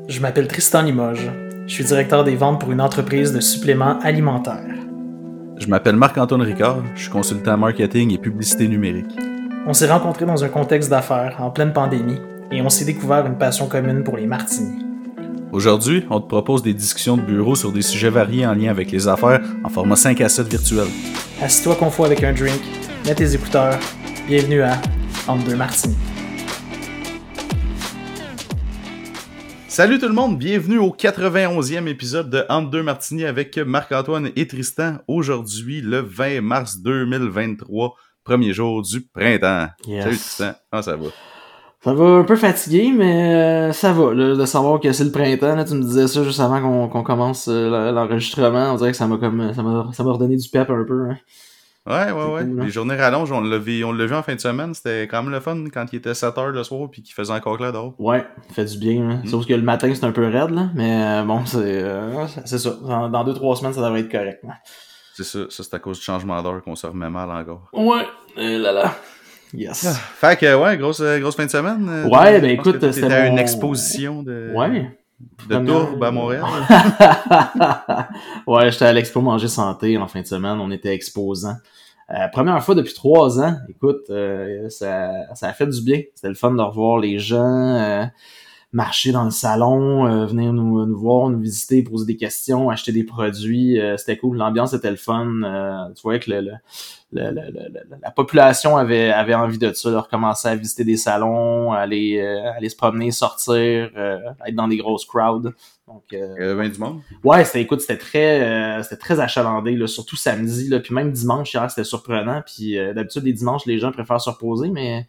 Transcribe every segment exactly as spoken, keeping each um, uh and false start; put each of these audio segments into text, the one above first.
Je m'appelle Tristan Limoges. Je suis directeur des ventes pour une entreprise de suppléments alimentaires. Je m'appelle Marc-Antoine Ricard, je suis consultant marketing et publicité numérique. On s'est rencontrés dans un contexte d'affaires en pleine pandémie et on s'est découvert une passion commune pour les martinis. Aujourd'hui, on te propose des discussions de bureau sur des sujets variés en lien avec les affaires en format cinq à sept virtuel. Assis-toi confort avec un drink, mets tes écouteurs. Bienvenue à Entre deux martinis. Salut tout le monde, bienvenue au quatre-vingt-onzième épisode de Entre deux martinis avec Marc-Antoine et Tristan. Aujourd'hui, le vingt mars deux mille vingt-trois, premier jour du printemps. Yes. Salut Tristan, comment ça va? Ça va un peu fatigué, mais euh, ça va, là, de savoir que c'est le printemps. Là, tu me disais ça juste avant qu'on, qu'on commence euh, l'enregistrement. On dirait que ça m'a comme ça m'a, ça m'a redonné du pep un peu. Hein. Ouais, ouais, ouais. Cool, hein? Les journées rallongent, on l'a vu, on l'a vu en fin de semaine. C'était quand même le fun quand il était sept heures le soir puis qu'il faisait encore clair dehors. Ouais, ça fait du bien. Hein. Mm. Sauf que le matin, c'est un peu raide, là. Mais euh, bon, c'est, euh, c'est ça. Dans, dans deux, trois semaines, ça devrait être correct. Hein. C'est ça. Ça, c'est à cause du changement d'heure qu'on se remet mal encore. Ouais, et là là. Yes. Ah, fait que, ouais, grosse, grosse fin de semaine. Ouais, ben écoute, c'était mon... une exposition de... Ouais. De tourbe à Montréal. Ouais, j'étais à l'Expo Manger Santé en fin de semaine. On était exposants. Euh, première fois depuis trois ans. Écoute, euh, ça, ça a fait du bien. C'était le fun de revoir les gens euh, marcher dans le salon, euh, venir nous, nous voir, nous visiter, poser des questions, acheter des produits. Euh, c'était cool. L'ambiance était le fun. Euh, tu voyais que le, le, le, le, le, la population avait, avait envie de ça, de recommencer à visiter des salons, aller, euh, aller se promener, sortir, euh, être dans des grosses crowds. Donc, euh, il y avait bien du monde. Ouais, c'était, écoute, c'était très, euh, c'était très achalandé, là, surtout samedi, là, puis même dimanche hier, c'était surprenant. Puis euh, d'habitude les dimanches, les gens préfèrent se reposer, mais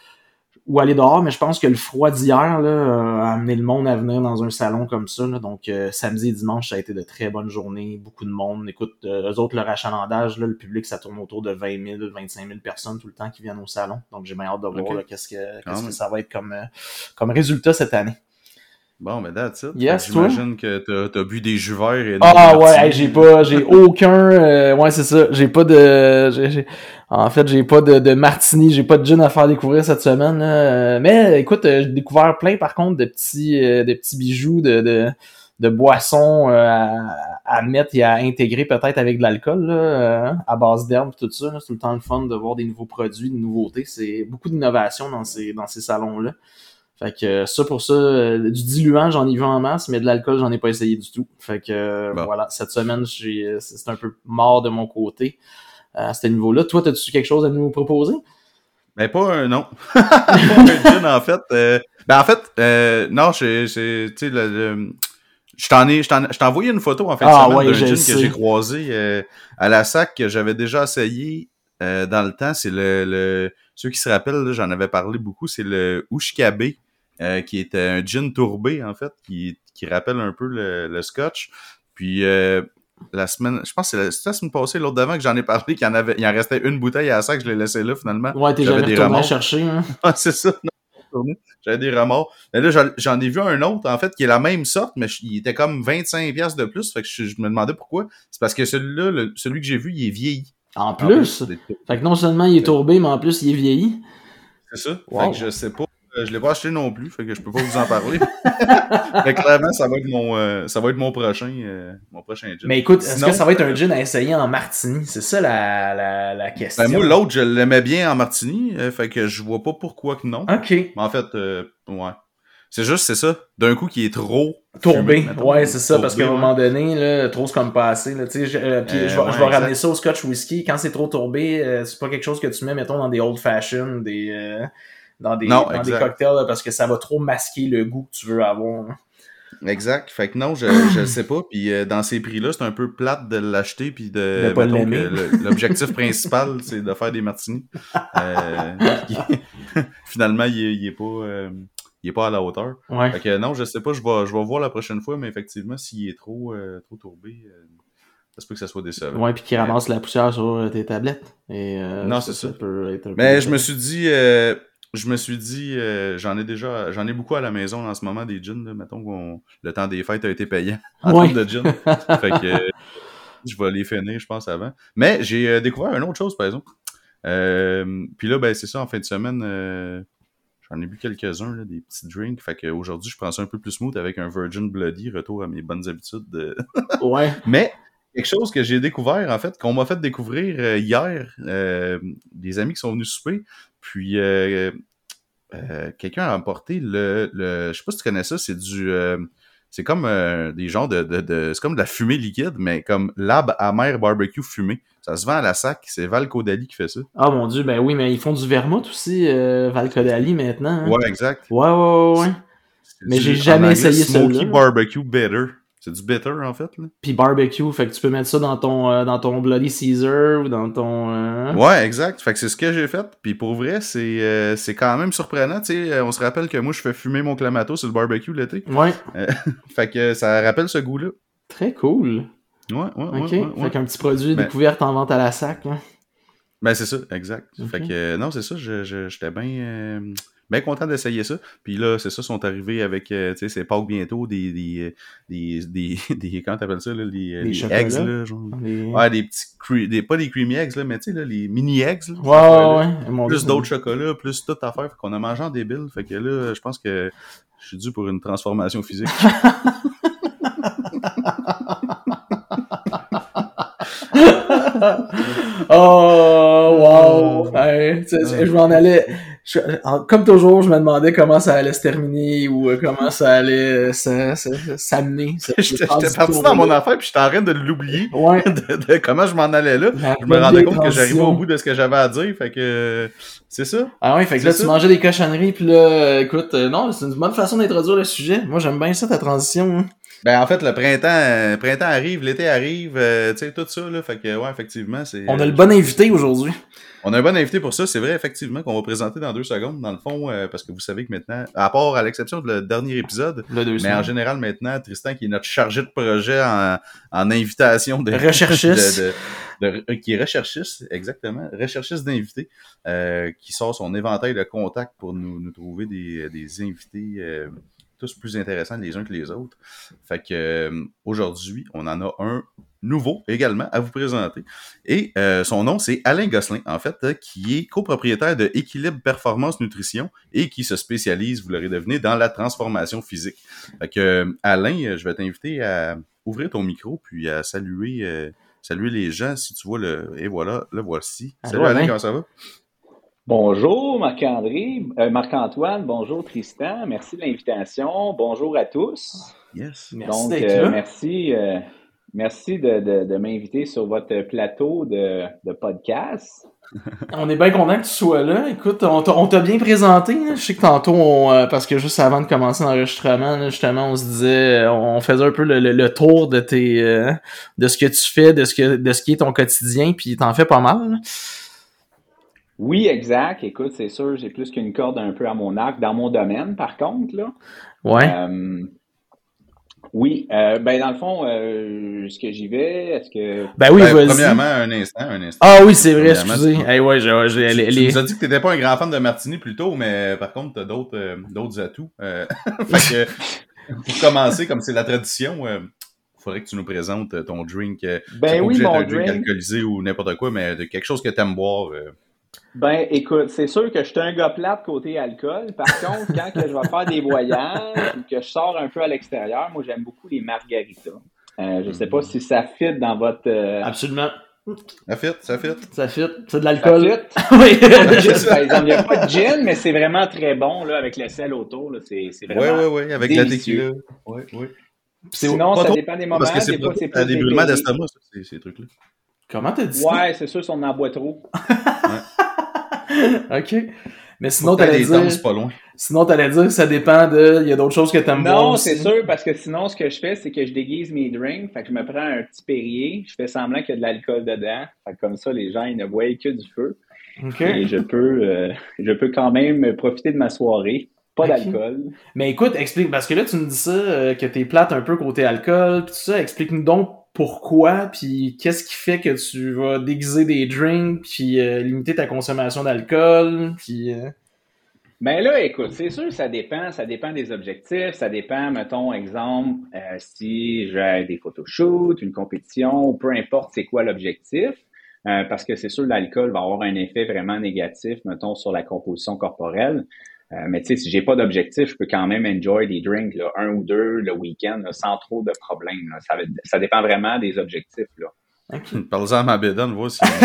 ou aller dehors. Mais je pense que le froid d'hier là euh, a amené le monde à venir dans un salon comme ça. Là. Donc euh, samedi et dimanche, ça a été de très bonnes journées, beaucoup de monde. Écoute, euh, eux autres leur achalandage, là, le public, ça tourne autour de vingt mille, vingt-cinq mille personnes tout le temps qui viennent au salon. Donc j'ai bien hâte de voir okay. là, qu'est-ce que, qu'est-ce que ça va être comme, euh, comme résultat cette année. Bon, ben that's it. Yes, j'imagine toi? que t'as, t'as bu des jus verts et Ah ouais, hey, j'ai pas, j'ai aucun, euh, ouais c'est ça, j'ai pas de, j'ai, j'ai, en fait j'ai pas de, de martini, j'ai pas de gin à faire découvrir cette semaine. Là. Mais écoute, j'ai découvert plein par contre de petits, euh, de petits bijoux, de, de, de boissons euh, à, à mettre et à intégrer peut-être avec de l'alcool là, euh, à base d'herbes tout ça. Là. C'est tout le temps le fun de voir des nouveaux produits, des nouveautés. C'est beaucoup d'innovation dans ces, dans ces salons là. Fait que ça pour ça, euh, du diluant, j'en ai vu en masse, mais de l'alcool, j'en ai pas essayé du tout. Fait que euh, bon. Voilà, cette semaine, j'ai, c'est un peu mort de mon côté euh, à ce niveau-là. Toi, as-tu quelque chose à nous proposer? Ben pas un non. Pas un gin, en fait. Euh, ben en fait, euh, non, j'ai, j'ai, tu sais, le, le, je t'en ai, je t'en, je t'ai envoyé une photo en fin de ah, semaine ouais, d'un gin sais. que j'ai croisé euh, à la sac que j'avais déjà essayé euh, dans le temps. C'est le, le, ceux qui se rappellent, là, j'en avais parlé beaucoup, c'est le Oushkabe. Euh, qui est un gin tourbé, en fait, qui, qui rappelle un peu le, le scotch. Puis, euh, la semaine, je pense que c'est la, c'est la semaine passée, l'autre d'avant que j'en ai parlé, qu'il y en avait, il en restait une bouteille à la sac, je l'ai laissé là, finalement. Ouais, t'es J'avais jamais des retourné remords. chercher, hein? Ah, c'est ça, non, j'avais des remords. Mais là, j'en, j'en ai vu un autre, en fait, qui est la même sorte, mais il était comme vingt-cinq piastres de plus, fait que je, je me demandais pourquoi. C'est parce que celui-là, le, celui que j'ai vu, il est vieilli. En plus? En plus fait que non seulement il est tourbé, mais en plus, il est vieilli. C'est ça. Wow. Fait que je sais pas. Je l'ai pas acheté non plus, fait que je peux pas vous en parler. Mais clairement, ça va être mon, euh, ça va être mon prochain, euh, mon prochain gin. Mais écoute, Sinon, est-ce que ça va être un gin à essayer en martini? C'est ça la, la, la question. Ben moi, l'autre, je l'aimais bien en martini, euh, fait que je vois pas pourquoi que non. Ok. Mais en fait, euh, ouais. C'est juste, c'est ça. D'un coup, qui est trop tourbé. Ouais, c'est ça, tourbé, parce qu'à un ouais. moment donné, là, trop c'est comme pas assez. Là, tu sais, euh, puis euh, je vais, ouais, je vais ramener ça au Scotch whisky. Quand c'est trop tourbé, euh, c'est pas quelque chose que tu mets, mettons, dans des old fashion, des. Euh, dans des, non, dans des cocktails là, parce que ça va trop masquer le goût que tu veux avoir. Hein. Exact. Fait que non, je je sais pas. Puis euh, dans ces prix-là, c'est un peu plate de l'acheter puis de, de pas mettons l'aimer. que le, l'objectif principal, c'est de faire des martinis. Euh, finalement, il est, il est pas euh, il est pas à la hauteur. Ouais. Fait que non, je sais pas, je vais je vais voir la prochaine fois, mais effectivement, s'il est trop euh, trop tourbé, euh, ça se peut que ça soit décevant. Ouais, puis qu'il ramasse la poussière sur tes tablettes. Et, euh, non, c'est ça. ça peut être un mais peu je me suis dit euh, Je me suis dit, euh, j'en ai déjà, j'en ai beaucoup à la maison en ce moment des gins, là, mettons qu'on le temps des fêtes a été payant en ouais. termes de gin. Fait que euh, je vais les finir, je pense, avant. Mais j'ai euh, découvert une autre chose, par exemple. Euh, Puis là, ben c'est ça, en fin de semaine, euh, j'en ai bu quelques-uns, là, des petits drinks. Fait qu'aujourd'hui, je prends ça un peu plus smooth avec un Virgin Bloody, retour à mes bonnes habitudes. De... ouais. Mais quelque chose que j'ai découvert, en fait, qu'on m'a fait découvrir euh, hier, euh, des amis qui sont venus souper, puis euh, euh, quelqu'un a apporté le, le... Je sais pas si tu connais ça, c'est du... Euh, c'est comme euh, des genres de, de, de... C'est comme de la fumée liquide, mais comme Lab Amer Barbecue fumé. Ça se vend à la sac, c'est Val Caudalie qui fait ça. Ah mon Dieu, ben oui, mais ils font du vermouth aussi, euh, Val Caudalie maintenant. Hein? Ouais, exact. Ouais, ouais, ouais, ouais. C'est mais du, j'ai jamais essayé ça. Smoky Barbecue Bitter. C'est du bitter, en fait. Là. Puis barbecue, fait que tu peux mettre ça dans ton euh, dans ton Bloody Caesar ou dans ton... Euh... Ouais, exact. Fait que c'est ce que j'ai fait. Puis pour vrai, c'est euh, c'est quand même surprenant. Tu sais, on se rappelle que moi, je fais fumer mon clamato sur le barbecue l'été. Ouais. Euh, fait que ça rappelle ce goût-là. Très cool. Ouais, ouais, OK. ouais. ouais, ouais. Fait qu'un petit produit ben, découverte en vente à la sac. Hein. Ben, c'est ça, exact. Okay. Fait que, euh, non, c'est ça, je, je, j'étais bien euh, bien content d'essayer ça. Puis là, c'est ça, sont arrivés avec, euh, tu sais, c'est Pâques bientôt, des, des, des, des, des comment t'appelles ça, là, les, les eggs, là, genre. Les... Ouais, des petits, cre- des, pas des creamy eggs, là, mais tu sais, là, les mini eggs, là. Ouais, ouais, ouais. Plus d'autres chocolats, plus tout à faire. Fait qu'on a mangé en débile. Fait que là, je pense que je suis dû pour une transformation physique. Oh, wow! Hey, je m'en allais. Je, comme toujours, je me demandais comment ça allait se terminer ou euh, comment ça allait ça, ça, s'amener. J'étais parti dans mon affaire puis j'étais en train de l'oublier. Ouais. De, de comment je m'en allais là. La je me rendais compte que j'arrivais au bout de ce que j'avais à dire. Fait que c'est ça. Ah ouais, fait que là, ça. Tu mangeais des cochonneries puis là, écoute, euh, non, c'est une bonne façon d'introduire le sujet. Moi, j'aime bien ça, ta transition. Hein. Ben, en fait, le printemps, euh, printemps arrive, l'été arrive, euh, tu sais, tout ça, là. Fait que, ouais, effectivement, c'est... On a le bon invité aujourd'hui. On a un bon invité pour ça, c'est vrai, effectivement, qu'on va présenter dans deux secondes, dans le fond, euh, parce que vous savez que maintenant, à part, à l'exception de le dernier épisode, le deux mais semaines. en général, maintenant, Tristan, qui est notre chargé de projet en, en invitation de... Recherchiste. de, de, de, de, qui est recherchiste, exactement, recherchiste d'invités, euh, qui sort son éventail de contacts pour nous, nous trouver des, des invités... Euh, tous plus intéressants les uns que les autres. Fait que euh, aujourd'hui, on en a un nouveau également à vous présenter. Et euh, son nom, c'est Alain Gosselin, en fait, euh, qui est copropriétaire de Équilibre Performance Nutrition et qui se spécialise, vous l'aurez deviné, dans la transformation physique. Fait que euh, Alain, je vais t'inviter à ouvrir ton micro puis à saluer, euh, saluer les gens si tu vois le... Et voilà, le voici. Allô, Salut Alain, Alain, comment ça va? Bonjour Marc-André, euh, Marc-Antoine, bonjour Tristan, merci de l'invitation, bonjour à tous. Yes. Merci Donc, euh, merci, euh, merci de, de, de m'inviter sur votre plateau de, de podcast. On est bien content que tu sois là. Écoute, on t'a, on t'a bien présenté. Là. Je sais que tantôt, on, euh, parce que juste avant de commencer l'enregistrement, là, justement, on se disait, on faisait un peu le, le, le tour de tes, euh, de ce que tu fais, de ce que, de ce qui est ton quotidien, puis t'en fais pas mal. Là. Oui, exact. Écoute, c'est sûr, j'ai plus qu'une corde un peu à mon arc dans mon domaine, par contre, là. Ouais. Euh, oui, euh, ben dans le fond, euh, est-ce que j'y vais? Est-ce que... Ben oui, ben, vas-y. Premièrement, un instant, un instant. Ah oui, c'est vrai, excusez. Hey, ouais, j'ai, j'ai, tu, les, tu les... nous as dit que t'étais pas un grand fan de Martini plus tôt, mais par contre, t'as d'autres, euh, d'autres atouts. Euh, fait que, pour commencer, comme c'est la tradition, euh, faudrait que tu nous présentes ton drink. Euh, ben oui, mon un drink. drink alcoolisé ou n'importe quoi, mais de quelque chose que t'aimes boire. Euh. Ben, écoute, c'est sûr que je suis un gars plate côté alcool. Par contre, quand que je vais faire des voyages ou que je sors un peu à l'extérieur, moi, j'aime beaucoup les margaritas. Euh, je sais pas si ça fit dans votre... Euh... Absolument. Ça fit, ça fit. Ça fit. C'est de l'alcool. Ça fit. Oui. Par exemple, il n'y a pas de gin, mais c'est vraiment très bon, là, avec le sel autour, là. C'est, c'est vraiment Oui, oui, oui, avec délicieux. la tequila. Oui, oui. Sinon, ça dépend des moments. Parce que c'est des pas, fois, c'est plus des brûlements d'estomac, ça, ces, ces trucs-là. Comment t'as dit ça? Ouais, c'est sûr, si on en boit trop. Ouais. OK. Mais sinon, t'allais dire... Temps, c'est pas loin. Sinon, t'allais dire que ça dépend de... Il y a d'autres choses que t'aimes boire Non, aussi. c'est sûr, parce que sinon, ce que je fais, c'est que je déguise mes drinks. Fait que je me prends un petit Perrier, je fais semblant qu'il y a de l'alcool dedans. Fait que comme ça, les gens, ils ne voient que du feu. OK. Et je peux, euh, je peux quand même profiter de ma soirée. Pas okay. d'alcool. Mais écoute, explique, parce que là, tu me dis ça, euh, que t'es plate un peu côté alcool, pis tout ça. Explique-nous donc pourquoi, puis qu'est-ce qui fait que tu vas déguiser des drinks, puis euh, limiter ta consommation d'alcool, puis... Euh... Ben là, écoute, c'est sûr, ça dépend, ça dépend des objectifs, ça dépend, mettons, exemple, euh, si j'ai des photoshoots, une compétition, peu importe c'est quoi l'objectif, euh, parce que c'est sûr, l'alcool va avoir un effet vraiment négatif, mettons, sur la composition corporelle. Euh, mais tu sais, si j'ai pas d'objectif, je peux quand même enjoy des drinks, là, un ou deux le week-end, là, sans trop de problèmes. Là. Ça, ça dépend vraiment des objectifs. Là. Okay. Parle-en à ma bédane, vois si.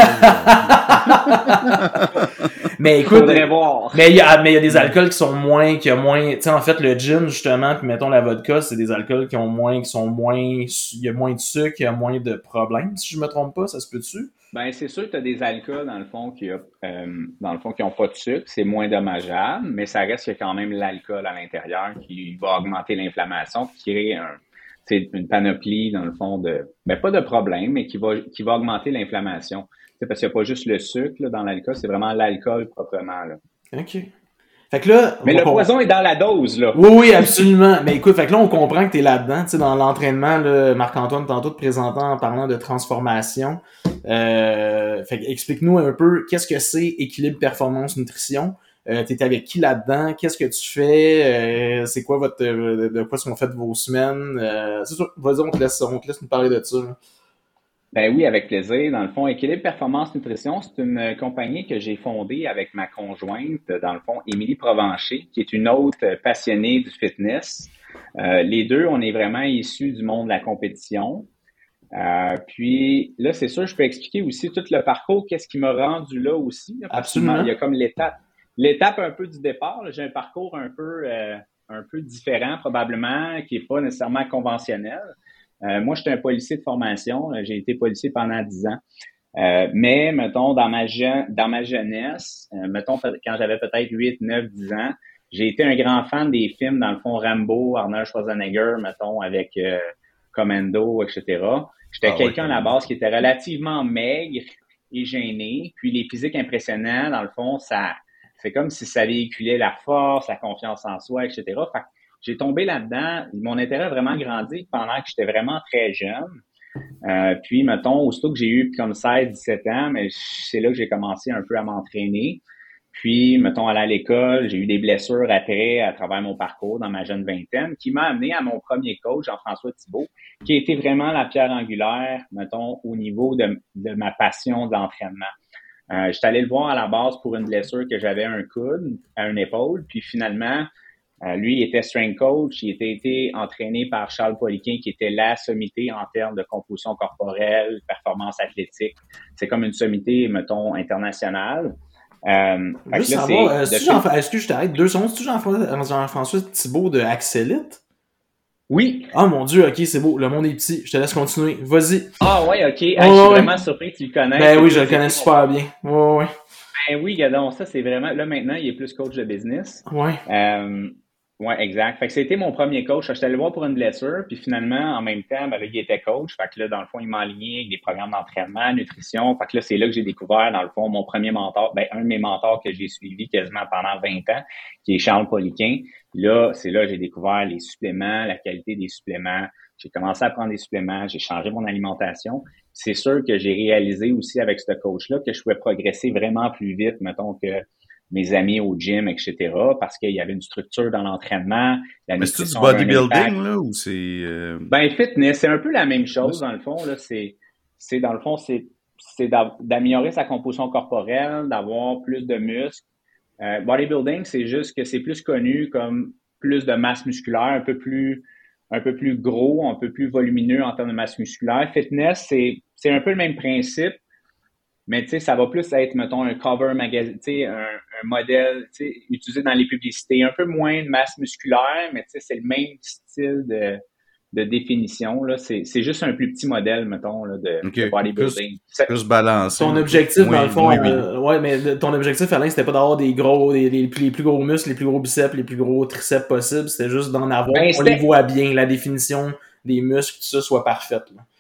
Mais écoute, faudrait voir. Mais il y a, mais il y a des alcools qui sont moins, qui a moins, tu sais, en fait, le gin, justement, puis mettons la vodka, c'est des alcools qui ont moins, qui sont moins, il y a moins de sucre, il y a moins de problèmes, si je me trompe pas, ça se peut-tu? Ben, c'est sûr que tu as des alcools, dans le fond, qui a, euh, dans le fond, qui ont pas de sucre, c'est moins dommageable, mais ça reste qu'il y a quand même l'alcool à l'intérieur qui va augmenter l'inflammation, qui crée un, c'est une panoplie, dans le fond, de, ben, pas de problème, mais qui va, qui va augmenter l'inflammation. C'est parce qu'il n'y a pas juste le sucre, là, dans l'alcool, c'est vraiment l'alcool proprement, là. OK. Fait que là. Mais le on... poison est dans la dose, là. Oui, oui, absolument. Mais écoute, fait que là, on comprend que t'es là-dedans, tu sais, dans l'entraînement, là, Marc-Antoine, tantôt te présentant en parlant de transformation. Euh, fait que explique-nous un peu, qu'est-ce que c'est équilibre performance nutrition? Euh, t'es avec qui là-dedans? Qu'est-ce que tu fais? Euh, c'est quoi votre, de quoi sont faites vos semaines? Euh, c'est sûr, vas-y, on te laisse, on te laisse nous parler de ça. Là. Ben oui, avec plaisir. Dans le fond, Équilibre Performance Nutrition, c'est une compagnie que j'ai fondée avec ma conjointe, dans le fond, Émilie Provencher, qui est une autre passionnée du fitness. Euh, les deux, on est vraiment issus du monde de la compétition. Euh, puis là, c'est sûr, je peux expliquer aussi tout le parcours, qu'est-ce qui m'a rendu là aussi. Là, Absolument. Il y a comme l'étape, l'étape un peu du départ. Là, j'ai un parcours un peu, euh, un peu différent probablement, qui est pas nécessairement conventionnel. Euh, moi, j'étais un policier de formation. J'ai été policier pendant dix ans. Euh, mais, mettons, dans ma, je- dans ma jeunesse, euh, mettons, quand j'avais peut-être huit, neuf, dix ans, j'ai été un grand fan des films, dans le fond, Rambo, Arnold Schwarzenegger, mettons, avec euh, Commando, et cetera. J'étais ah, quelqu'un ouais, à la base qui était relativement maigre et gêné. Puis les physiques impressionnants, dans le fond, ça, c'est comme si ça véhiculait la force, la confiance en soi, et cetera. Fait que j'ai tombé là-dedans. Mon intérêt a vraiment grandi pendant que j'étais vraiment très jeune. Euh, puis, mettons, aussitôt que j'ai eu comme seize, dix-sept ans, mais c'est là que j'ai commencé un peu à m'entraîner. Puis, mettons, aller à l'école, j'ai eu des blessures après à travers mon parcours dans ma jeune vingtaine, qui m'a amené à mon premier coach, Jean-François Thibault, qui a été vraiment la pierre angulaire, mettons, au niveau de, de ma passion de l'entraînement. Euh, j'étais allé le voir à la base pour une blessure que j'avais à un coude, à une épaule, puis finalement, euh, lui, il était strength coach, il était été entraîné par Charles Poliquin, qui était la sommité en termes de composition corporelle, performance athlétique. C'est comme une sommité, mettons, internationale. Euh, Juste là, savoir, euh, depuis... Jean... est-ce que je t'arrête deux secondes? C'est-tu Jean-François, Jean-François Thibault de Axelite? Oui. Ah, mon Dieu, ok, c'est beau. Le monde est petit. Je te laisse continuer. Vas-y. Ah, ouais, ok. Hey, oh, je suis ouais. vraiment surpris que tu le connaisses. Ben oui, je le connais super bien. Ouais, ouais. Ben oui, Gadon, ça, c'est vraiment. Là, maintenant, il est plus coach de business. Ouais. Euh, ouais, exact. Fait que c'était mon premier coach. Je suis allé le voir pour une blessure, puis finalement, en même temps, ben là, il était coach. Fait que là, dans le fond, il m'a aligné avec des programmes d'entraînement, nutrition. Fait que là, c'est là que j'ai découvert, dans le fond, mon premier mentor, ben, un de mes mentors que j'ai suivi quasiment pendant vingt ans, qui est Charles Poliquin. Là, c'est là que j'ai découvert les suppléments, la qualité des suppléments. J'ai commencé à prendre des suppléments, j'ai changé mon alimentation. C'est sûr que j'ai réalisé aussi avec ce coach-là que je pouvais progresser vraiment plus vite, mettons, que mes amis au gym, et cetera, parce qu'il y avait une structure dans l'entraînement. La Mais c'est du bodybuilding, là, ou c'est... Euh... Ben, fitness, c'est un peu la même chose, dans le fond, là. C'est, c'est dans le fond, c'est, c'est d'améliorer sa composition corporelle, d'avoir plus de muscles. Euh, bodybuilding, c'est juste que c'est plus connu comme plus de masse musculaire, un peu plus, un peu plus gros, un peu plus volumineux en termes de masse musculaire. Fitness, c'est, c'est un peu le même principe. Mais tu sais, ça va plus être, mettons, un cover magazine, tu sais, un, un modèle, tu sais, utilisé dans les publicités. Un peu moins de masse musculaire, mais tu sais, c'est le même style de, de définition, là. C'est, c'est juste un plus petit modèle, mettons, là, de, okay. de bodybuilding. Plus, plus balancé. Ton objectif, moins, dans le fond, moins, euh, ouais, mais ton objectif, Alain, c'était pas d'avoir des gros, des, les, les plus gros muscles, les plus gros biceps, les plus gros triceps possibles. C'était juste d'en avoir, ben, on les voit bien, la définition des muscles, tout ça soit parfaite, là.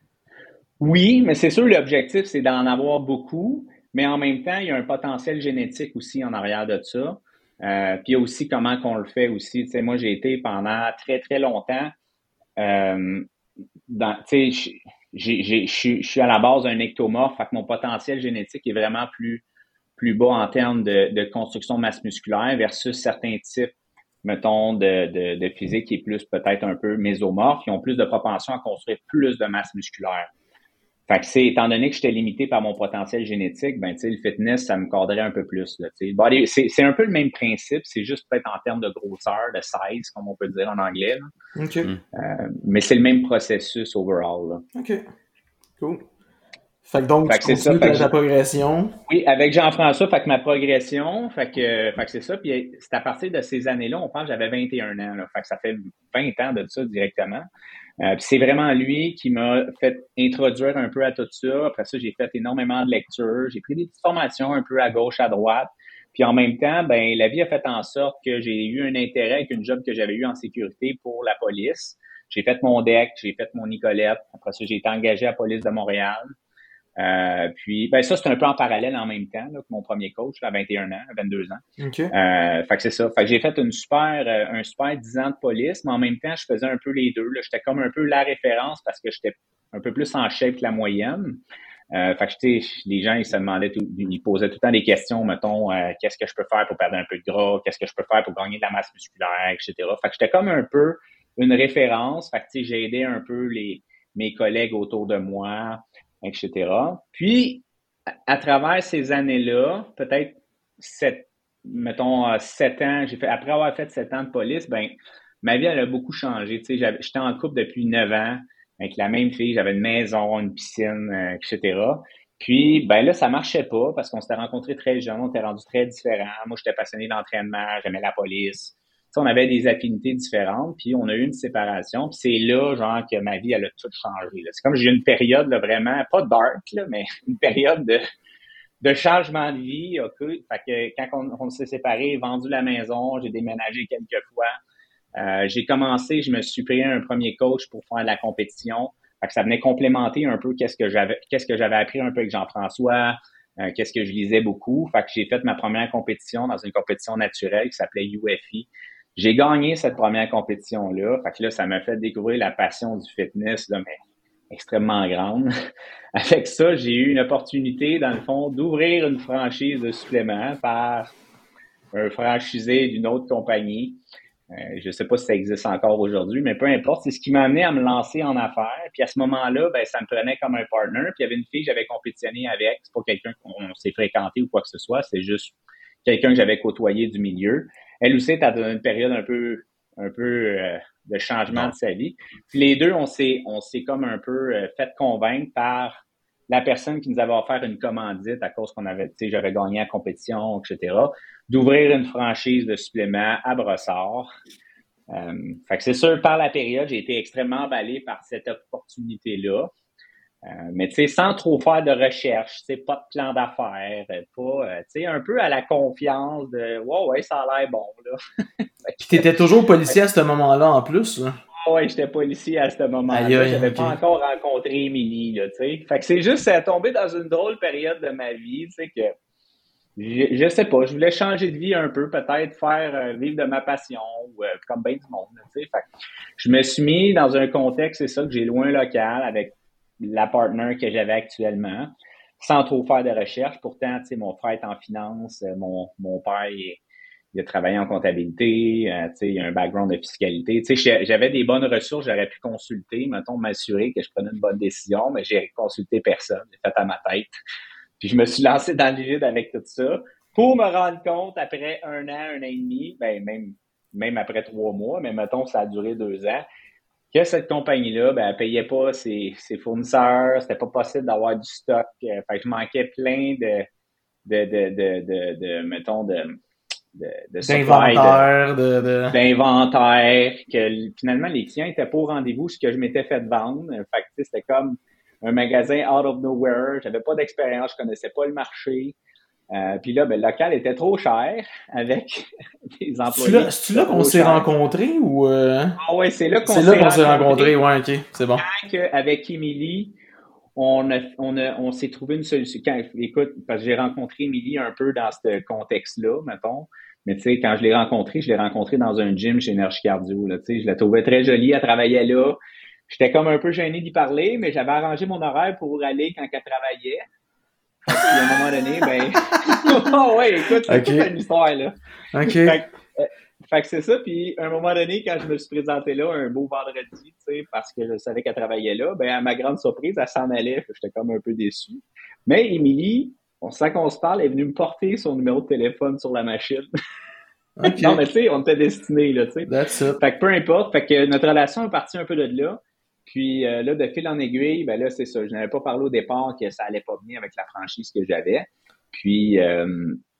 Oui, mais c'est sûr, l'objectif, c'est d'en avoir beaucoup, mais en même temps, il y a un potentiel génétique aussi en arrière de ça. Euh, puis il y a aussi comment qu'on le fait aussi. Tu sais, moi, j'ai été pendant très, très longtemps, euh, dans, tu sais, je suis à la base d'un ectomorphe, fait que mon potentiel génétique est vraiment plus, plus bas en termes de, de construction de masse musculaire versus certains types, mettons, de, de, de physique qui est plus peut-être un peu mésomorphe, qui ont plus de propension à construire plus de masse musculaire. Fait que c'est, étant donné que j'étais limité par mon potentiel génétique, ben, tu sais, le fitness, ça me cadrait un peu plus, là, tu sais. Body, c'est, c'est un peu le même principe, c'est juste peut-être en termes de grosseur, de size, comme on peut dire en anglais, là. OK. Euh, mais c'est le même processus overall, là. OK. Cool. Fait que donc, fait que tu continues ta, ta progression. Oui, avec Jean-François, fait que ma progression, fait que, fait que c'est ça. Puis c'est à partir de ces années-là, on pense que j'avais vingt et un ans, là. Fait que ça fait vingt ans de ça directement. Euh, puis c'est vraiment lui qui m'a fait introduire un peu à tout ça. Après ça, j'ai fait énormément de lectures. J'ai pris des petites formations un peu à gauche, à droite. Puis en même temps, ben la vie a fait en sorte que j'ai eu un intérêt avec une job que j'avais eu en sécurité pour la police. J'ai fait mon D E C, j'ai fait mon Nicolette. Après ça, j'ai été engagé à la police de Montréal. Euh, puis, ben ça, c'est un peu en parallèle en même temps là, que mon premier coach, à vingt et un ans, à vingt-deux ans. Okay. Euh, fait que c'est ça. Fait que j'ai fait une super, euh, un super dix ans de police, mais en même temps, je faisais un peu les deux. Là. J'étais comme un peu la référence parce que j'étais un peu plus en shape que la moyenne. Euh, fait que tu sais, les gens, ils se demandaient, tout, ils posaient tout le temps des questions, mettons, euh, qu'est-ce que je peux faire pour perdre un peu de gras, qu'est-ce que je peux faire pour gagner de la masse musculaire, et cetera. Fait que j'étais comme un peu une référence. Fait que tu sais, j'ai aidé un peu les mes collègues autour de moi, et cetera. Puis, à, à travers ces années-là, peut-être sept, mettons, sept ans, j'ai fait, après avoir fait sept ans de police, ben, ma vie, elle a beaucoup changé. Tu sais, j'étais en couple depuis neuf ans avec la même fille, j'avais une maison, une piscine, euh, et cetera. Puis, ben là, ça marchait pas parce qu'on s'était rencontrés très jeunes, on était rendus très différents. Moi, j'étais passionné d'entraînement, j'aimais la police. On avait des affinités différentes, puis on a eu une séparation, puis c'est là, genre, que ma vie, elle a tout changé. Là. C'est comme j'ai eu une période, là, vraiment, pas dark, là, mais une période de, de changement de vie, OK? Fait que quand on, on s'est séparés, vendu la maison, j'ai déménagé quelques fois. Euh, j'ai commencé, je me suis pris un premier coach pour faire de la compétition. Fait que ça venait complémenter un peu qu'est-ce que j'avais, qu'est-ce que j'avais appris un peu avec Jean-François, euh, qu'est-ce que je lisais beaucoup. Fait que j'ai fait ma première compétition dans une compétition naturelle qui s'appelait U F I. J'ai gagné cette première compétition-là. Fait que là, ça m'a fait découvrir la passion du fitness, là, mais extrêmement grande. Avec ça, j'ai eu une opportunité, dans le fond, d'ouvrir une franchise de suppléments par un franchisé d'une autre compagnie. Euh, je sais pas si ça existe encore aujourd'hui, mais peu importe. C'est ce qui m'a amené à me lancer en affaires. Puis à ce moment-là, ben, ça me prenait comme un partner. Puis il y avait une fille que j'avais compétitionné avec. C'est pas quelqu'un qu'on s'est fréquenté ou quoi que ce soit. C'est juste quelqu'un que j'avais côtoyé du milieu. Elle aussi était dans une période un peu, un peu euh, de changement de sa vie. Puis les deux, on s'est, on s'est comme un peu euh, fait convaincre par la personne qui nous avait offert une commandite à cause qu'on avait, tu sais, j'avais gagné la compétition, et cetera, d'ouvrir une franchise de suppléments à Brossard. Euh, fait que c'est sûr, par la période, j'ai été extrêmement emballé par cette opportunité-là. Euh, mais tu sais, sans trop faire de recherche, tu sais, pas de plan d'affaires, pas, euh, tu sais, un peu à la confiance de, ouais, ouais, ça a l'air bon, là. Puis t'étais toujours policier à ce moment-là, en plus, là. Ah ouais, j'étais policier à ce moment-là. Aïe, aïe, J'avais okay. pas encore rencontré Émilie, là, tu sais. Fait que c'est juste, ça a tombé dans une drôle période de ma vie, tu sais, que, je, je sais pas, je voulais changer de vie un peu, peut-être faire euh, vivre de ma passion, ou euh, comme bien du monde, tu sais. Fait que je me suis mis dans un contexte, c'est ça, que j'ai loué un local avec la partner que j'avais actuellement, sans trop faire de recherche. Pourtant, tu sais, mon frère est en finance, mon, mon père, il, il a travaillé en comptabilité, euh, tu sais, il a un background de fiscalité. Tu sais, j'avais des bonnes ressources, j'aurais pu consulter, mettons, m'assurer que je prenais une bonne décision, mais j'ai consulté personne, j'ai fait à ma tête. Puis je me suis lancé dans le vide avec tout ça, pour me rendre compte, après un an, un an et demi, ben même, même après trois mois, mais mettons, ça a duré deux ans, que cette compagnie-là, ben, elle payait pas ses, ses fournisseurs, c'était pas possible d'avoir du stock. Euh, fait que je manquais plein de, de, de, de, de, de mettons, de, de, de d'inventaire, de, de... d'inventaire, que finalement, les clients étaient pas au rendez-vous, ce que je m'étais fait vendre. Fait que, c'était comme un magasin out of nowhere. J'avais pas d'expérience, je connaissais pas le marché. Euh, puis là, ben, le local était trop cher avec des employés. C'est là qu'on s'est rencontrés ou... Euh... Ah ouais, c'est là qu'on s'est rencontrés. C'est là qu'on s'est rencontrés, ouais, ok, c'est bon. Quand, avec Émilie, on a, on a, on s'est trouvé une solution. Quand, écoute, parce que j'ai rencontré Émilie un peu dans ce contexte-là, mettons. Mais tu sais, quand je l'ai rencontrée, je l'ai rencontrée dans un gym chez Énergie Cardio, là, tu sais, je la trouvais très jolie, elle travaillait là. J'étais comme un peu gêné d'y parler, mais j'avais arrangé mon horaire pour aller quand elle travaillait. Puis à un moment donné, ben, oh ouais, écoute, c'est okay. toute une histoire, là. OK. Fait, euh, fait que c'est ça. Puis, à un moment donné, quand je me suis présenté là, un beau vendredi, tu sais, parce que je savais qu'elle travaillait là, ben, à ma grande surprise, elle s'en allait. J'étais comme un peu déçu. Mais Émilie, on sent qu'on se parle, elle est venue me porter son numéro de téléphone sur la machine. Okay. Non, mais tu sais, on était destinés, là, tu sais. That's it. Fait que peu importe. Fait que notre relation est partie un peu de là. Puis euh, là, de fil en aiguille, ben là, c'est ça. Je n'avais pas parlé au départ que ça allait pas venir avec la franchise que j'avais. Puis, euh,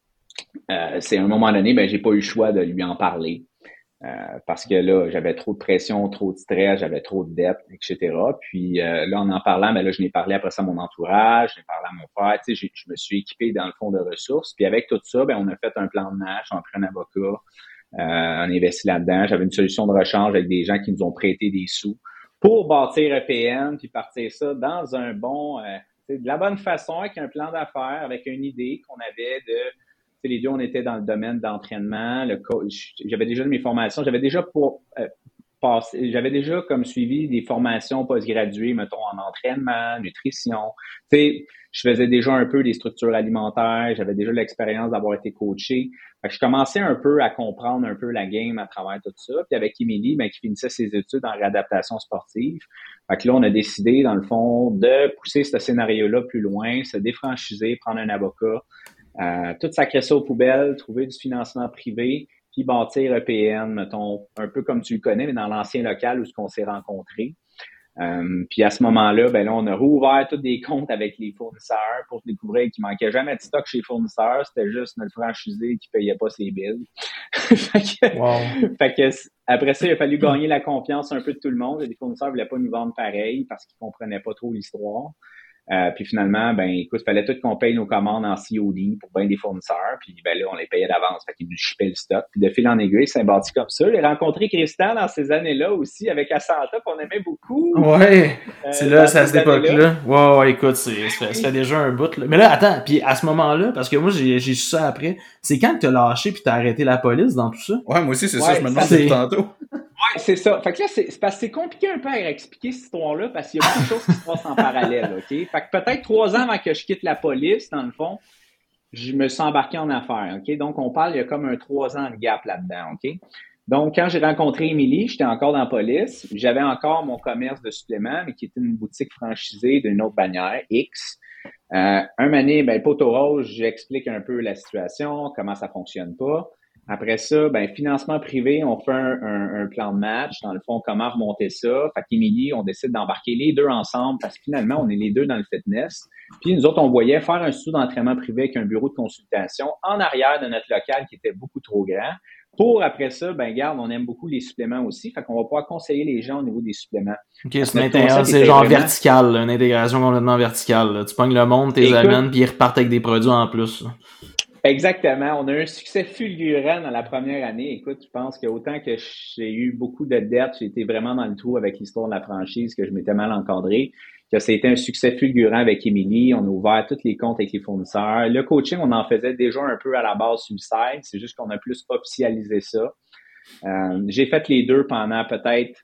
euh, c'est à un moment donné, ben j'ai pas eu le choix de lui en parler. Euh, parce que là, j'avais trop de pression, trop de stress, j'avais trop de dettes, et cetera. Puis euh, là, en en parlant, ben là, je n'ai parlé après ça à mon entourage, je n'ai parlé à mon frère, tu sais, je me suis équipé dans le fond de ressources. Puis avec tout ça, ben on a fait un plan de match, on a pris un avocat, euh, on a investi là-dedans. J'avais une solution de rechange avec des gens qui nous ont prêté des sous pour bâtir E P N, puis partir ça dans un bon, euh, de la bonne façon, avec un plan d'affaires, avec une idée qu'on avait de... T'sais, les deux, on était dans le domaine d'entraînement. Le coach, j'avais déjà mes formations. J'avais déjà pour euh, passé, j'avais déjà comme suivi des formations postgraduées, mettons, en entraînement, nutrition. Tu sais, je faisais déjà un peu des structures alimentaires. J'avais déjà l'expérience d'avoir été coaché. Fait que je commençais un peu à comprendre un peu la game à travers tout ça. Puis avec Émilie, ben, qui finissait ses études en réadaptation sportive. Fait que là, on a décidé, dans le fond, de pousser ce scénario-là plus loin, se défranchiser, prendre un avocat. Euh, tout sacrer ça aux poubelles, trouver du financement privé, puis bâtir E P N, mettons, un peu comme tu le connais, mais dans l'ancien local où on s'est rencontrés. Euh, puis à ce moment-là, ben là, on a rouvert tous des comptes avec les fournisseurs pour découvrir qu'il manquait jamais de stock chez les fournisseurs. C'était juste notre franchisé qui payait pas ses billes. fait, que, wow. fait que après ça, il a fallu gagner la confiance un peu de tout le monde. Les fournisseurs voulaient pas nous vendre pareil parce qu'ils comprenaient pas trop l'histoire. Euh, puis finalement, ben écoute, il fallait tout qu'on paye nos commandes en C O D pour bien des fournisseurs. Puis ben là, on les payait d'avance. Fait qu'ils nous shippaient le stock. Puis de fil en aiguille, c'est bâti comme ça. J'ai rencontré Christian dans ces années-là aussi avec Asanta, qu'on aimait beaucoup. Ouais, euh, c'est là, c'est à cette époque-là. Ouais, ouais, écoute, c'est, ça, fait, ça fait déjà un bout. Là. Mais là, attends, puis à ce moment-là, parce que moi, j'ai, j'ai su ça après, c'est quand que t'as lâché puis t'as arrêté la police dans tout ça? Ouais, moi aussi, c'est ouais, ça, je me demande depuis tantôt. Ouais, c'est ça. Fait que là, c'est, c'est parce que c'est compliqué un peu à expliquer cette histoire-là parce qu'il y a beaucoup de choses qui se passent en parallèle, OK? Fait que peut-être trois ans avant que je quitte la police, dans le fond, je me suis embarqué en affaires, OK? Donc, on parle, il y a comme un trois ans de gap là-dedans, OK? Donc, quand j'ai rencontré Émilie, j'étais encore dans la police. J'avais encore mon commerce de suppléments, mais qui était une boutique franchisée d'une autre bannière, X. Euh, un année, ben, Poteau Rose, j'explique un peu la situation, comment ça fonctionne pas. Après ça, ben financement privé, on fait un, un, un plan de match. Dans le fond, comment remonter ça? Fait qu'Émilie, on décide d'embarquer les deux ensemble parce que finalement, on est les deux dans le fitness. Puis nous autres, on voyait faire un studio d'entraînement privé avec un bureau de consultation en arrière de notre local qui était beaucoup trop grand. Pour après ça, ben garde, on aime beaucoup les suppléments aussi. Fait qu'on va pouvoir conseiller les gens au niveau des suppléments. OK, c'est, une intégration, c'est genre vraiment... vertical, là, une intégration complètement verticale. Là. Tu pognes le monde, t'es amènes, puis ils repartent avec des produits en plus. Là. Exactement. On a eu un succès fulgurant dans la première année. Écoute, je pense que autant que j'ai eu beaucoup de dettes, j'ai été vraiment dans le trou avec l'histoire de la franchise, que je m'étais mal encadré, que ça a été un succès fulgurant avec Émilie. On a ouvert tous les comptes avec les fournisseurs. Le coaching, on en faisait déjà un peu à la base sur le site. C'est juste qu'on a plus officialisé ça. Euh, j'ai fait les deux pendant peut-être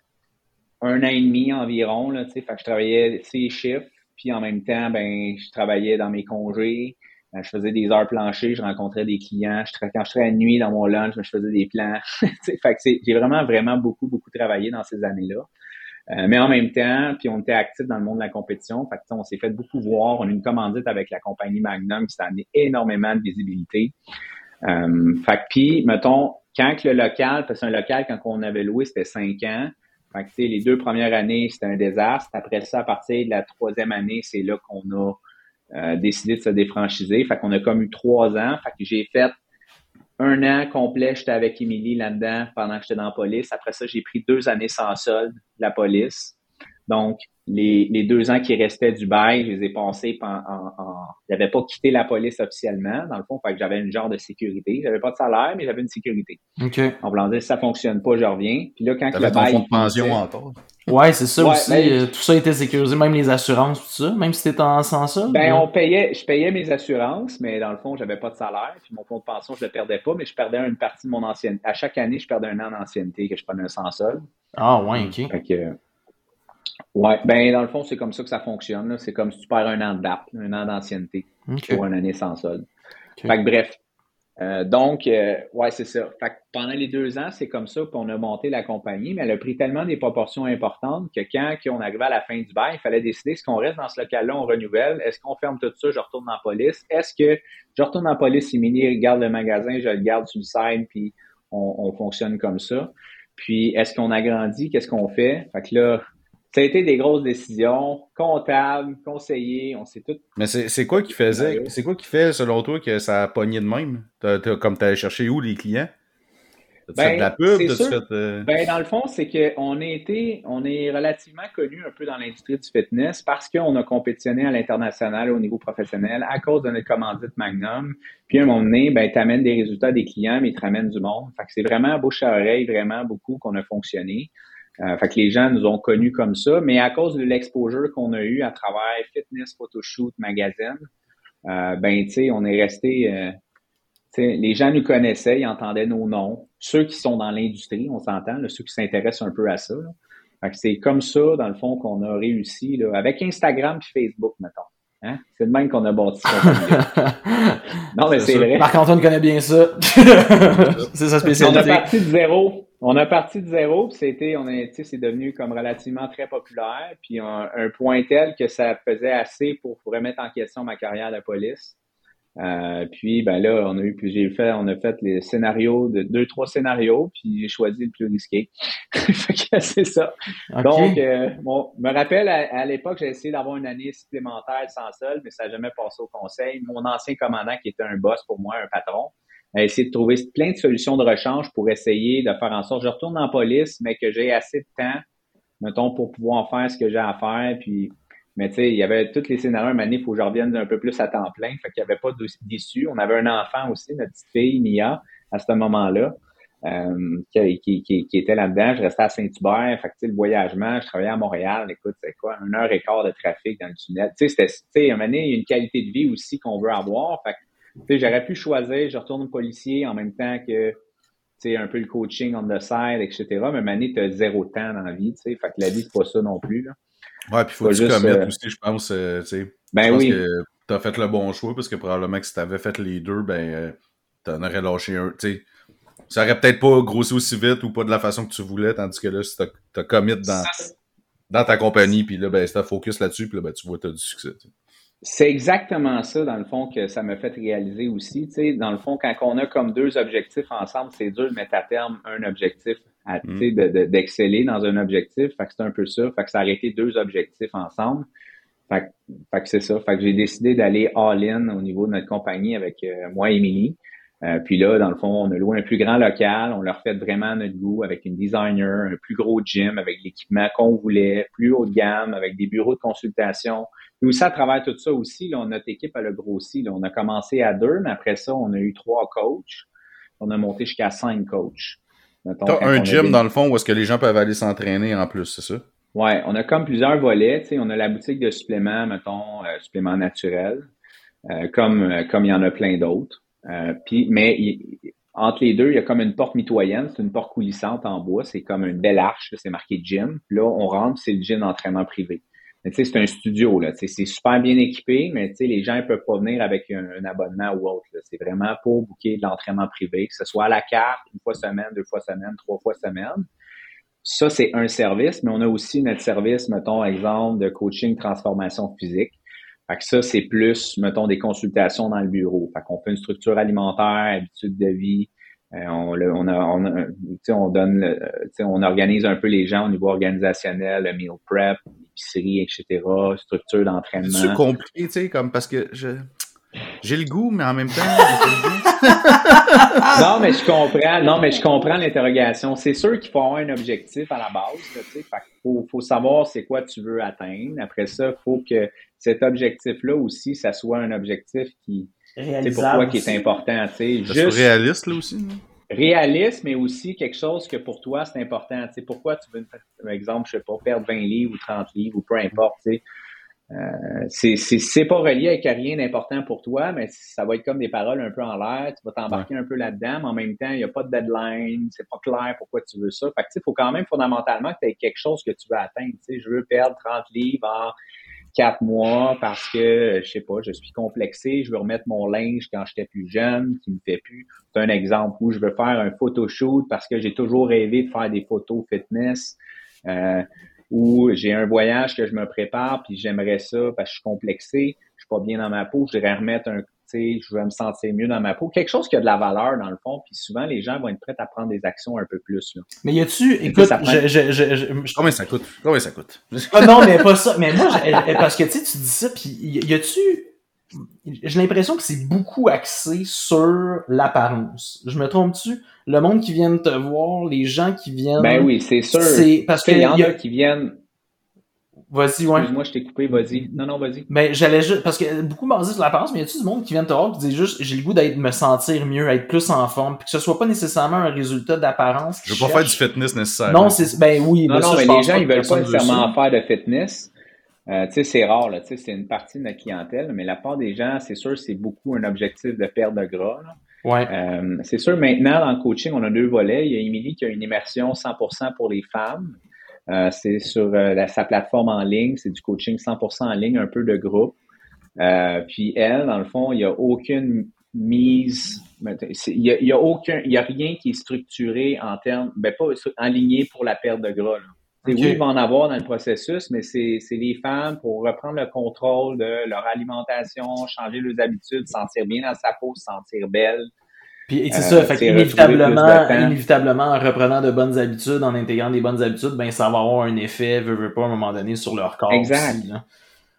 un an et demi environ, là, tu sais. Fait que je travaillais ces chiffres, puis en même temps, ben, je travaillais dans mes congés. Je faisais des heures planchées, je rencontrais des clients. Je tra- quand je travaillais la nuit dans mon lunch, je faisais des plans. fait que c'est, j'ai vraiment, vraiment beaucoup, beaucoup travaillé dans ces années-là. Euh, mais en même temps, puis on était actifs dans le monde de la compétition. Fait que, on s'est fait beaucoup voir. On a une commandite avec la compagnie Magnum qui s'est amené énormément de visibilité. Euh, fait que puis, mettons, quand que le local, parce que un local, quand on avait loué, c'était cinq ans. Fait que, tu sais, les deux premières années, c'était un désastre. Après ça, à partir de la troisième année, c'est là qu'on a Euh, décidé de se défranchiser. Fait qu'on a comme eu trois ans. Fait que j'ai fait un an complet, j'étais avec Émilie là-dedans pendant que j'étais dans la police. Après ça, j'ai pris deux années sans solde de la police. Donc, les, les deux ans qui restaient du bail, je les ai passés en... en, en j'avais pas quitté la police officiellement, dans le fond, fait que j'avais une genre de sécurité. J'avais pas de salaire, mais j'avais une sécurité. OK. On voulait dire, si ça fonctionne pas, je reviens. Puis là, quand T'avais le ton bail... fonds de pension encore. Ouais, c'est ça ouais, aussi. Ben, tout ça était sécurisé, même les assurances, tout ça, même si t'étais en sans ça. Ben, mais... on payait, je payais mes assurances, mais dans le fond, j'avais pas de salaire. Puis mon fonds de pension, je le perdais pas, mais je perdais une partie de mon ancienneté. À chaque année, je perdais un an d'ancienneté que je prenais un sans solde. Ah, ouais, OK. Fait que, ouais, ben, dans le fond, c'est comme ça que ça fonctionne, là. C'est comme si tu perds un an de D A P, un an d'ancienneté okay. pour une année sans solde. Okay. Fait que bref. Euh, donc, euh, ouais, c'est ça. Fait que pendant les deux ans, c'est comme ça qu'on a monté la compagnie, mais elle a pris tellement des proportions importantes que quand on arrivait à la fin du bail, il fallait décider est-ce qu'on reste dans ce local-là, on renouvelle, est-ce qu'on ferme tout ça, je retourne en police, est-ce que je retourne en police, Simini garde le magasin, je le garde sur le side, puis on, on fonctionne comme ça. Puis, est-ce qu'on agrandit, qu'est-ce qu'on fait? Fait que là, ça a été des grosses décisions, comptables, conseillers, on s'est tout. Mais c'est, c'est quoi qui faisait, c'est quoi qui fait, selon toi, que ça a pogné de même? T'as, t'as, comme t'allais chercher où les clients? T'as-tu Ben, fait de la pub? c'est T'as-tu sûr. fait, euh... Ben, dans le fond, c'est qu'on a été, on est relativement connu un peu dans l'industrie du fitness parce qu'on a compétitionné à l'international au niveau professionnel à cause de notre commandite Magnum. Puis, à un moment donné, ben, t'amènes des résultats des clients, mais ils te ramènent du monde. Fait que c'est vraiment bouche à oreille, vraiment beaucoup qu'on a fonctionné. Euh, fait que les gens nous ont connus comme ça, mais à cause de l'exposure qu'on a eu à travers Fitness Photoshoot Magazine, euh, ben, tu sais, on est resté, euh, T'sais, les gens nous connaissaient, ils entendaient nos noms. Ceux qui sont dans l'industrie, on s'entend, là, ceux qui s'intéressent un peu à ça. Là. Fait que c'est comme ça, dans le fond, qu'on a réussi, là, avec Instagram et Facebook, mettons. Hein? C'est de même qu'on a bâti ce compagnie-là. Non, mais c'est, c'est vrai. Marc-Antoine connaît bien ça. C'est sa spécialité. On a parti de zéro. On a parti de zéro, puis c'était, on a, c'est devenu comme relativement très populaire, puis un, un point tel que ça faisait assez pour, pour remettre en question ma carrière de police. Euh, puis ben là, on a eu j'ai fait, on a fait les scénarios de deux, trois scénarios, puis j'ai choisi le plus risqué. Fait que c'est ça. Okay. Donc, euh, bon, je me rappelle à, à l'époque, j'ai essayé d'avoir une année supplémentaire sans solde, mais ça n'a jamais passé au conseil. Mon ancien commandant, qui était un boss pour moi, un patron, a essayé de trouver plein de solutions de rechange pour essayer de faire en sorte que je retourne en police, mais que j'ai assez de temps, mettons, pour pouvoir faire ce que j'ai à faire, puis mais tu sais, il y avait tous les scénarios, une année, il faut que je revienne un peu plus à temps plein. Fait qu'il n'y avait pas d'issue. On avait un enfant aussi, notre petite fille, Mia, à ce moment-là, euh, qui, qui, qui, qui était là-dedans. Je restais à Saint-Hubert. Fait que tu sais, le voyagement, je travaillais à Montréal. Écoute, c'est quoi? Une heure et quart de trafic dans le tunnel. Tu sais, c'était, tu sais, à un moment donné, il y a une qualité de vie aussi qu'on veut avoir. Fait que, tu sais, j'aurais pu choisir, je retourne policier en même temps que, tu sais, un peu le coaching on the side, et cetera. Mais à un moment donné, tu as zéro temps dans la vie, tu sais. Fait que la vie, c'est pas ça non plus, là. Ouais, puis faut que tu commettes euh... aussi, je pense, euh, tu sais. Ben je pense oui. que t'as fait le bon choix, parce que probablement que si t'avais fait les deux, ben, euh, t'en aurais lâché un, tu sais. Ça aurait peut-être pas grossi aussi vite ou pas de la façon que tu voulais, tandis que là, si t'as, t'as commit dans, dans ta compagnie, puis là, ben, si t'as focus là-dessus, puis là, ben, tu vois, t'as du succès, t'sais. C'est exactement ça, dans le fond, que ça m'a fait réaliser aussi. Tu sais, dans le fond, quand on a comme deux objectifs ensemble, c'est dur de mettre à terme un objectif, à, mm. tu sais, de, de, d'exceller dans un objectif. Fait que c'est un peu ça. Fait que ça a arrêté deux objectifs ensemble. Fait que, fait que c'est ça. Fait que j'ai décidé d'aller all-in au niveau de notre compagnie avec euh, moi et Émilie. Euh, puis là, dans le fond, on a loué un plus grand local. On leur fait vraiment à notre goût avec une designer, un plus gros gym avec l'équipement qu'on voulait, plus haut de gamme, avec des bureaux de consultation. Puis aussi, à travers tout ça aussi, là, notre équipe, elle a grossi. Là. On a commencé à deux, mais après ça, on a eu trois coachs. On a monté jusqu'à cinq coachs. Mettons, T'as un gym, des... dans le fond, où est-ce que les gens peuvent aller s'entraîner en plus, c'est ça? Ouais, on a comme plusieurs volets. Tu sais, on a la boutique de suppléments, mettons, euh, suppléments naturels, euh, comme euh, comme il y en a plein d'autres. Euh, puis, mais il, entre les deux, il y a comme une porte mitoyenne. C'est une porte coulissante en bois. C'est comme une belle arche. Là, c'est marqué gym. Puis là, on rentre, c'est le gym d'entraînement privé. Mais tu sais, c'est un studio, là. Tu sais, c'est super bien équipé, mais tu sais, les gens ne peuvent pas venir avec un, un abonnement ou autre. Là. C'est vraiment pour booker de l'entraînement privé, que ce soit à la carte, une fois semaine, deux fois semaine, trois fois semaine. Ça, c'est un service, mais on a aussi notre service, mettons, exemple, de coaching transformation physique. Fait que ça, c'est plus, mettons, des consultations dans le bureau. Fait qu'on fait une structure alimentaire, habitude de vie. Euh, on, on, a, on, a, on donne, le, on organise un peu les gens au niveau organisationnel, le meal prep, l'épicerie, et cetera, structure d'entraînement. C'est compliqué, tu sais, comme parce que je, j'ai le goût, mais en même temps, j'ai le goût. Non, mais je comprends. Non, mais je comprends l'interrogation. C'est sûr qu'il faut avoir un objectif à la base, tu sais. Fait qu'il faut, faut savoir c'est quoi tu veux atteindre. Après ça, il faut que cet objectif-là aussi, ça soit un objectif qui, c'est pour toi qui est important, tu sais. Juste réaliste, là aussi. Là. Réaliste, mais aussi quelque chose que pour toi, c'est important. Tu sais, pourquoi tu veux, par exemple, je sais pas, perdre vingt livres ou trente livres ou peu importe, tu sais. Euh, c'est, c'est, c'est pas relié avec rien d'important pour toi, mais ça va être comme des paroles un peu en l'air. Tu vas t'embarquer ouais. un peu là-dedans, mais en même temps, il n'y a pas de deadline. C'est pas clair pourquoi tu veux ça. Fait que, tu sais, il faut quand même fondamentalement que tu aies quelque chose que tu veux atteindre. Tu sais, je veux perdre trente livres en quatre mois parce que, je sais pas, je suis complexé, je veux remettre mon linge quand j'étais plus jeune, qui me fait plus. C'est un exemple où je veux faire un photoshoot parce que j'ai toujours rêvé de faire des photos fitness, euh, ou j'ai un voyage que je me prépare puis j'aimerais ça parce que je suis complexé, je suis pas bien dans ma peau, je voudrais remettre un, tu sais, je veux me sentir mieux dans ma peau. Quelque chose qui a de la valeur dans le fond, puis souvent les gens vont être prêts à prendre des actions un peu plus, là. Mais y a-tu, écoute, ça prend... je, je, je, je, je... Combien ça coûte? Combien ça coûte? Ah non, mais pas ça. Mais moi, je, parce que tu sais, tu dis ça, puis y a-tu, j'ai l'impression que c'est beaucoup axé sur l'apparence. Je me trompe-tu? Le monde qui vient te voir, les gens qui viennent... Ben oui, c'est sûr. C'est parce qu'il y en y a... a qui viennent... Vas-y, ouais. Excuse-moi, je t'ai coupé, vas-y. Non, non, vas-y. Ben, j'allais juste, parce que beaucoup basé sur l'apparence, mais y a-tu du monde qui vient te voir qui dit juste, j'ai le goût d'être, me sentir mieux, être plus en forme, puis que ce soit pas nécessairement un résultat d'apparence. Je veux pas faire du fitness nécessairement. Non, c'est, ben oui. Non, ben, non, ça, mais les gens, ils veulent pas nécessairement ça. faire de fitness. Euh, tu sais, c'est rare, là, tu sais, c'est une partie de notre clientèle, mais la part des gens, c'est sûr, c'est beaucoup un objectif de perte de gras, là. Ouais. Euh, c'est sûr, maintenant, dans le coaching, on a deux volets. Il y a Émilie qui a une immersion cent pour cent pour les femmes. Euh, c'est sur euh, la, sa plateforme en ligne. C'est du coaching cent pour cent en ligne, un peu de groupe. Euh, puis elle, dans le fond, il n'y a aucune mise... Il y a, il y a aucun... Il y a rien qui est structuré en termes... Ben, pas aligné pour la perte de gras, là. Okay. Oui, il va en avoir dans le processus, mais c'est, c'est les femmes pour reprendre le contrôle de leur alimentation, changer leurs habitudes, sentir bien dans sa peau, se sentir belle. Puis c'est euh, ça, fait inévitablement, inévitablement, en reprenant de bonnes habitudes, en intégrant des bonnes habitudes, ben ça va avoir un effet, veut, veut pas, à un moment donné, sur leur corps exact. aussi. Là.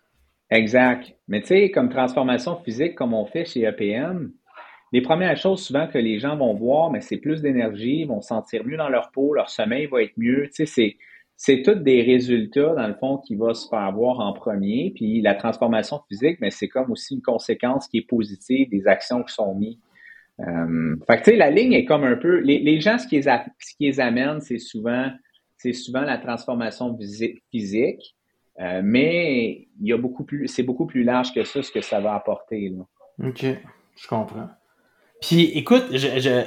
Exact. Mais tu sais, comme transformation physique, comme on fait chez E P M, les premières choses souvent que les gens vont voir, mais c'est plus d'énergie, ils vont se sentir mieux dans leur peau, leur sommeil va être mieux. Tu sais, c'est C'est tous des résultats, dans le fond, qui va se faire voir en premier. Puis la transformation physique, mais c'est comme aussi une conséquence qui est positive des actions qui sont mises. Euh, fait que tu sais, la ligne est comme un peu... Les, les gens, ce qui les, a, ce qui les amène, c'est souvent, c'est souvent la transformation physique. Euh, mais il y a beaucoup plus, c'est beaucoup plus large que ça, ce que ça va apporter, là. OK, je comprends. Puis écoute, je... je...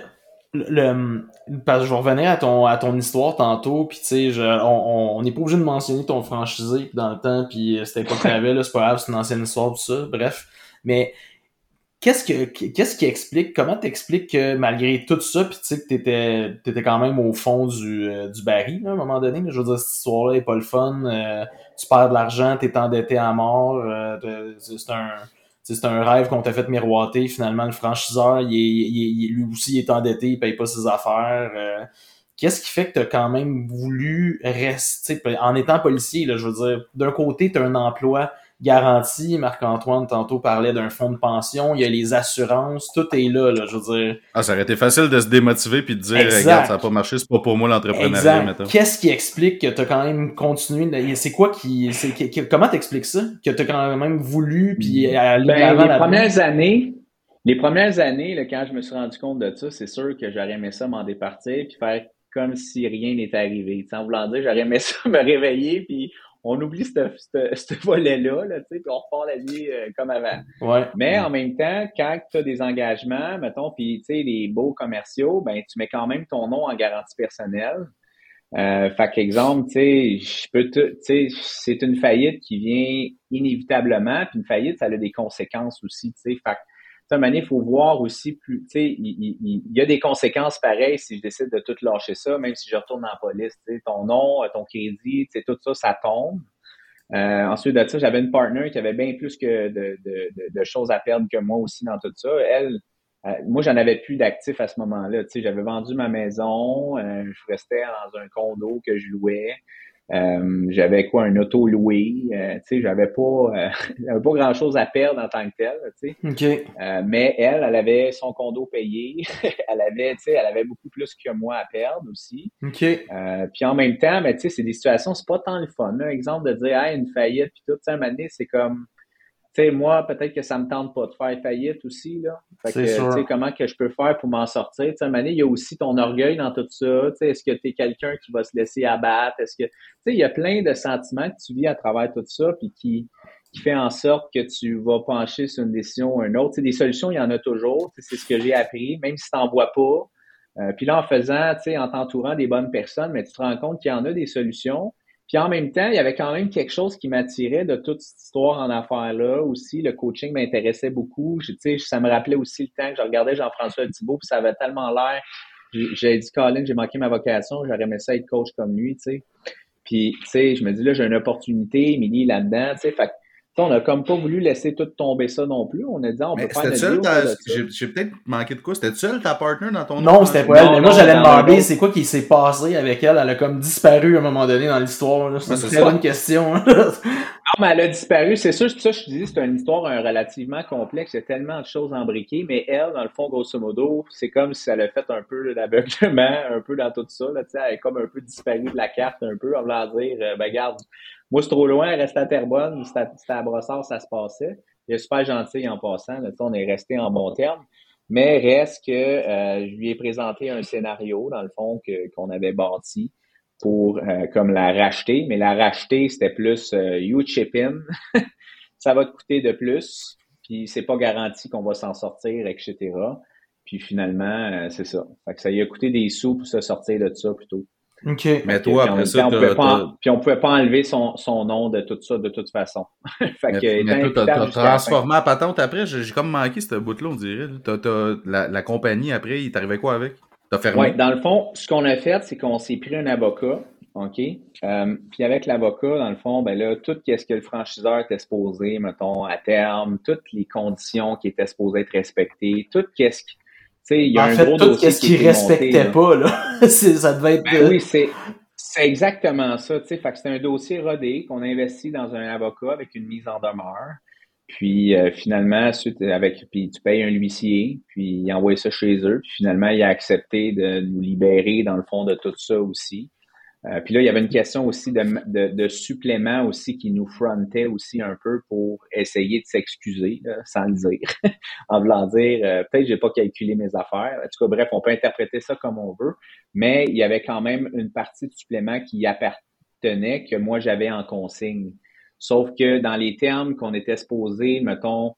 Le, parce que je vais revenir à ton à ton histoire tantôt, puis tu sais, je, on n'est pas obligé de mentionner ton franchisé dans le temps, puis c'était pas que t'avais, là, c'est pas grave, c'est une ancienne histoire, tout ça, bref. Mais qu'est-ce que qu'est-ce qui explique, comment t'expliques que malgré tout ça, puis tu sais que t'étais t'étais quand même au fond du euh, du baril, là, à un moment donné, là, je veux dire, cette histoire-là est pas le fun, euh, tu perds de l'argent, t'es endetté à mort, euh, c'est un c'est un rêve qu'on t'a fait miroiter. Finalement, le franchiseur, il est, il est, lui aussi, il est endetté, il paye pas ses affaires. Euh, qu'est-ce qui fait que tu as quand même voulu rester, en étant policier, là, je veux dire, d'un côté, tu as un emploi garanti. Marc-Antoine, tantôt, parlait d'un fonds de pension. Il y a les assurances. Tout est là, là, je veux dire. Ah, ça aurait été facile de se démotiver puis de dire, exact. Regarde, ça n'a pas marché, c'est pas pour moi l'entrepreneuriat, maintenant. Qu'est-ce qui explique que tu as quand même continué? C'est quoi qui... C'est, que, comment t'expliques ça? Que tu as quand même voulu puis aller ben, avant les la premières vie? années, les premières années, là, quand je me suis rendu compte de ça, c'est sûr que j'aurais aimé ça m'en départir puis faire comme si rien n'était arrivé. T'sais, en voulant dire, j'aurais aimé ça me réveiller puis on oublie ce volet-là, là, tu sais, puis on repart la vie euh, comme avant. Ouais. Mais en même temps, quand tu as des engagements, mettons, puis tu sais, les beaux commerciaux, ben tu mets quand même ton nom en garantie personnelle. Euh, fait qu'exemple, tu sais, je peux tu sais, c'est une faillite qui vient inévitablement, puis une faillite, ça a des conséquences aussi, tu sais. Fait que à un moment donné, il faut voir aussi plus, tu sais, il, il, il y a des conséquences pareilles si je décide de tout lâcher ça, même si je retourne en police, tu sais, ton nom, ton crédit, tu sais, tout ça, ça tombe. Euh, ensuite de ça, j'avais une partner qui avait bien plus que de, de, de, de choses à perdre que moi aussi dans tout ça. Elle, euh, moi, j'en avais plus d'actifs à ce moment-là, tu sais, j'avais vendu ma maison, euh, je restais dans un condo que je louais. Euh, j'avais quoi, un auto loué, euh, tu sais, j'avais pas, euh, j'avais pas grand chose à perdre en tant que tel, tu sais. Okay. Euh, mais elle, elle avait son condo payé, elle avait, tu sais, elle avait beaucoup plus que moi à perdre aussi. Okay. Euh, puis en même temps, ben, tu sais, c'est des situations, c'est pas tant le fun, là. Exemple de dire, hey, une faillite puis tout, tu sais, à un moment donné, c'est comme, tu sais, moi, peut-être que ça me tente pas de faire faillite aussi, là. Fait que, tu sais, comment que je peux faire pour m'en sortir? Tu sais, à un moment donné, il y a aussi ton orgueil dans tout ça. Tu sais, est-ce que tu es quelqu'un qui va se laisser abattre? Est-ce que, tu sais, il y a plein de sentiments que tu vis à travers tout ça, puis qui, qui fait en sorte que tu vas pencher sur une décision ou une autre. Tu sais, des solutions, il y en a toujours. Tu sais, c'est ce que j'ai appris, même si t'en vois pas. Euh, puis là, en faisant, tu sais, en t'entourant des bonnes personnes, mais tu te rends compte qu'il y en a des solutions. Puis en même temps, il y avait quand même quelque chose qui m'attirait de toute cette histoire en affaires-là aussi. Le coaching m'intéressait beaucoup. Je, tu sais, ça me rappelait aussi le temps que je regardais Jean-François Thibault, puis ça avait tellement l'air. J'ai, j'ai dit, Colin, j'ai manqué ma vocation, j'aurais aimé ça être coach comme lui, tu sais. Puis, tu sais, je me dis, là, j'ai une opportunité, Émilie là-dedans, tu sais. Fait que, on a comme pas voulu laisser tout tomber ça non plus. On a dit, on Mais peut faire c'était notre seul, deal. j'ai, j'ai peut-être manqué de quoi. C'était seul ta partner dans ton Non, c'était pas elle, Non, mais moi non, j'allais dans demander un c'est quoi qui s'est passé avec elle. Elle a comme disparu à un moment donné dans l'histoire. là. C'est Ouais, une c'est très ça. bonne question. hein. Non, mais elle a disparu. C'est sûr, c'est ça, je te dis, c'est une histoire euh, relativement complexe. Il y a tellement de choses embriquées. Mais elle, dans le fond, grosso modo, c'est comme si elle a fait un peu d'aveuglement, un peu dans tout ça. Là, tu sais, elle est comme un peu disparue de la carte, un peu, en voulant dire, euh, ben, regarde, moi, c'est trop loin, elle reste à Terrebonne, c'était à, c'était à Brossard, ça se passait. Il est super gentil en passant. Là, tu sais, on est resté en bon terme. Mais reste que euh, je lui ai présenté un scénario, dans le fond, que, qu'on avait bâti pour euh, comme la racheter, mais la racheter, c'était plus euh, you chip in, ça va te coûter de plus, puis c'est pas garanti qu'on va s'en sortir, et cetera. Puis finalement, euh, c'est ça. Fait que ça lui a coûté des sous pour se sortir de ça plutôt. Ok. Mais Que, toi, puis en après même ça, temps, on t'as, pouvait pas t'as- en- puis on pouvait pas enlever son, son nom de tout ça de toute façon. fait mais, que étant mais toi, t'as, imputable t'as jusqu'à la fin. transformé la patente après. J'ai, j'ai comme manqué cette bout-là, on dirait. là. T'as, t'as, la, la compagnie, après, il t'arrivait quoi avec? T'as Ouais, fermé? dans le fond, ce qu'on a fait, c'est qu'on s'est pris un avocat, OK? Euh, puis avec l'avocat, dans le fond, ben là, tout ce que le franchiseur était supposé, mettons, à terme, toutes les conditions qui étaient supposées être respectées, tout qu'est-ce qui... Tu sais, il y a En un fait, gros tout dossier ce qui a qu'il été monté, respectait là. pas, là. c'est, ça devait être. Ben de- oui, c'est c'est exactement ça, tu sais. Fait que c'est un dossier rodé qu'on a investi dans un avocat avec une mise en demeure. Puis euh, finalement, suite avec, puis tu payes un huissier, puis il envoie ça chez eux. Puis finalement, il a accepté de nous libérer dans le fond de tout ça aussi. Euh, puis là, il y avait une question aussi de, de, de supplément aussi qui nous frontait aussi un peu pour essayer de s'excuser, là, sans le dire, en voulant dire euh, peut-être j'ai pas calculé mes affaires. En tout cas, bref, on peut interpréter ça comme on veut, mais il y avait quand même une partie de supplément qui appartenait que moi j'avais en consigne. Sauf que dans les termes qu'on était supposé, mettons,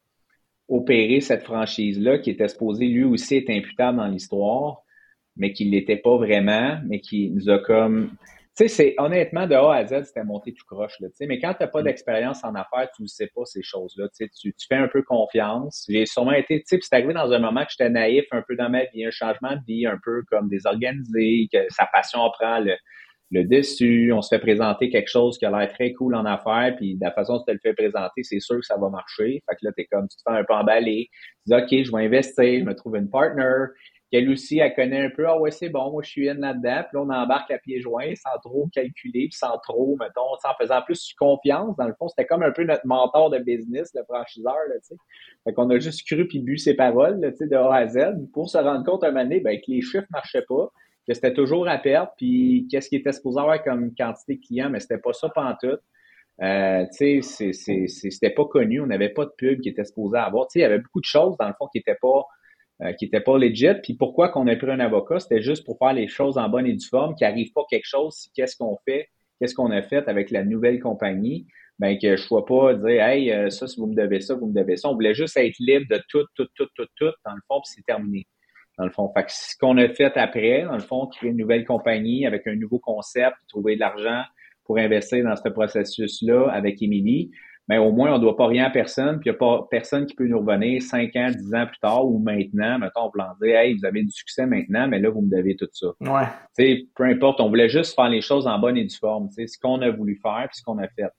opérer cette franchise-là, qui était supposé lui aussi être imputable dans l'histoire, mais qui ne l'était pas vraiment, mais qui nous a comme... Tu sais, c'est honnêtement, de A à Z, c'était monté tout croche, là, tu sais, mais quand tu n'as pas d'expérience en affaires, tu ne sais pas ces choses-là, tu sais, tu, tu fais un peu confiance. J'ai sûrement été, tu sais, puis c'est arrivé dans un moment que j'étais naïf un peu dans ma vie, un changement de vie, un peu comme désorganisé, que sa passion prend le, le dessus, on se fait présenter quelque chose qui a l'air très cool en affaires, puis de la façon dont tu te le fais présenter, c'est sûr que ça va marcher. Fait que là, t'es comme, tu te fais un peu emballer, tu dis, OK, je vais investir, je me trouve une partner, qu'elle aussi, elle connaît un peu, ah ouais, c'est bon, moi, je suis in là-dedans, puis là, on embarque à pieds joints, sans trop calculer, puis sans trop, mettons, en faisant plus confiance, dans le fond, c'était comme un peu notre mentor de business, le franchiseur, là, tu sais. Fait qu'on a juste cru puis bu ses paroles, là, tu sais, de A à Z, pour se rendre compte un moment donné, ben, que les chiffres marchaient pas, que c'était toujours à perdre, puis qu'est-ce qui était supposé avoir comme quantité de clients, mais c'était pas ça pantoute. Euh, tu sais, c'est, c'est, c'est, c'était pas connu, on n'avait pas de pub qui était supposé avoir. Tu sais, il y avait beaucoup de choses, dans le fond, qui étaient pas euh, qui étaient pas legit. Puis pourquoi qu'on a pris un avocat? C'était juste pour faire les choses en bonne et due forme, qu'il n'arrive pas quelque chose, si qu'est-ce qu'on fait, qu'est-ce qu'on a fait avec la nouvelle compagnie, ben que je ne sois pas dire hey, euh, ça, si vous me devez ça, vous me devez ça. On voulait juste être libre de tout, tout, tout, tout, tout, dans le fond, puis c'est terminé. Dans le fond. Fait que ce qu'on a fait après, dans le fond, créer une nouvelle compagnie avec un nouveau concept, trouver de l'argent pour investir dans ce processus-là avec Émilie, mais au moins, on ne doit pas rien à personne, puis il n'y a pas personne qui peut nous revenir cinq ans, dix ans plus tard ou maintenant, mettons, on peut en dire, hey, vous avez du succès maintenant, mais là, vous me devez tout ça. Ouais. Tu sais, peu importe, on voulait juste faire les choses en bonne et due forme, tu sais, ce qu'on a voulu faire puis ce qu'on a fait.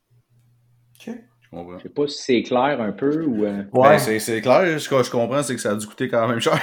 Ok. Je sais pas si c'est clair un peu ou... Euh... Ouais. Ben, c'est, c'est clair, ce que je comprends, c'est que ça a dû coûter quand même cher.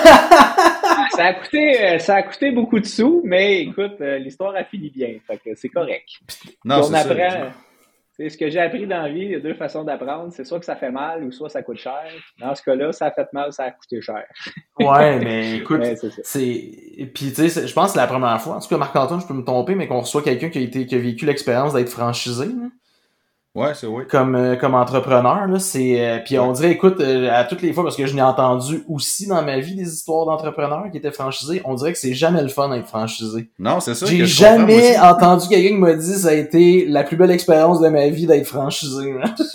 ça a coûté, ça a coûté beaucoup de sous, mais écoute, l'histoire a fini bien, fait que c'est correct. Non, on c'est apprend... ça. C'est ce que j'ai appris dans la vie, il y a deux façons d'apprendre. C'est soit que ça fait mal ou soit ça coûte cher. Dans ce cas-là, ça a fait mal, ça a coûté cher. Ouais, mais écoute, ouais, c'est ça. c'est... Puis tu sais, je pense que c'est la première fois, en tout cas Marc-Antoine, je peux me tromper, mais qu'on reçoit quelqu'un qui a été qui a vécu l'expérience d'être franchisé. Là. Ouais, c'est oui. Comme euh, comme entrepreneur là, c'est euh, puis on dirait écoute euh, à toutes les fois parce que je n'ai entendu aussi dans ma vie des histoires d'entrepreneurs qui étaient franchisés, on dirait que c'est jamais le fun d'être franchisé. Non, c'est ça. J'ai que je jamais entendu quelqu'un qui m'a dit ça a été la plus belle expérience de ma vie d'être franchisé.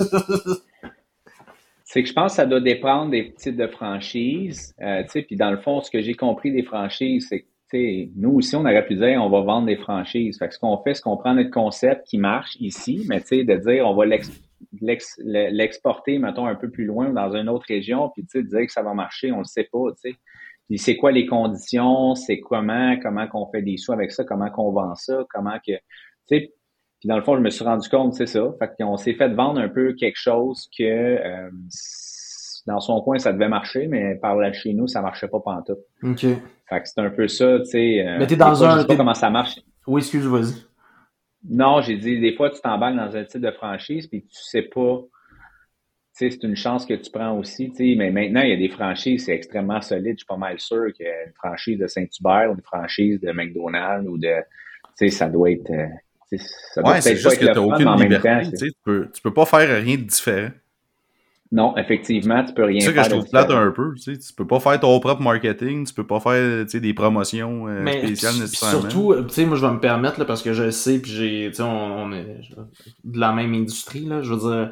C'est que je pense que ça doit dépendre des types de franchises, euh, tu sais, puis dans le fond ce que j'ai compris des franchises c'est sais, nous aussi, on aurait pu dire, on va vendre des franchises. Fait que ce qu'on fait, c'est qu'on prend notre concept qui marche ici, mais tu sais, de dire, on va l'ex, l'ex, l'exporter, mettons, un peu plus loin, dans une autre région, puis tu sais, de dire que ça va marcher, on le sait pas, tu sais. Puis c'est quoi les conditions, c'est comment, comment qu'on fait des sous avec ça, comment qu'on vend ça, comment que, tu sais. Puis dans le fond, je me suis rendu compte, c'est ça. Fait qu'on s'est fait vendre un peu quelque chose que euh, dans son coin, ça devait marcher, mais par là chez nous, ça marchait pas pantoute. OK. Fait que c'est un peu ça, tu sais. Euh, mais t'es dans fois, un... je sais pas t'es... comment ça marche. Oui, excuse, vas-y. Non, j'ai dit, des fois, tu t'emballes dans un type de franchise, puis tu sais pas. Tu sais, c'est une chance que tu prends aussi, tu sais. Mais maintenant, il y a des franchises, c'est extrêmement solide. Je suis pas mal sûr qu'une franchise de Saint-Hubert ou une franchise de McDonald's ou de... Tu sais, ça doit être... Euh, ça doit ouais, c'est juste que tu n'as aucune liberté. Temps, tu peux, tu peux pas faire rien de différent. Non, effectivement, tu peux rien faire. C'est ça que je trouve plate un peu. Tu sais, tu peux pas faire ton propre marketing, tu peux pas faire tu sais, des promotions euh, mais spéciales nécessairement. Surtout, tu sais, moi je vais me permettre là, parce que je le sais, puis j'ai, tu sais, on, on est de la même industrie là. Je veux dire,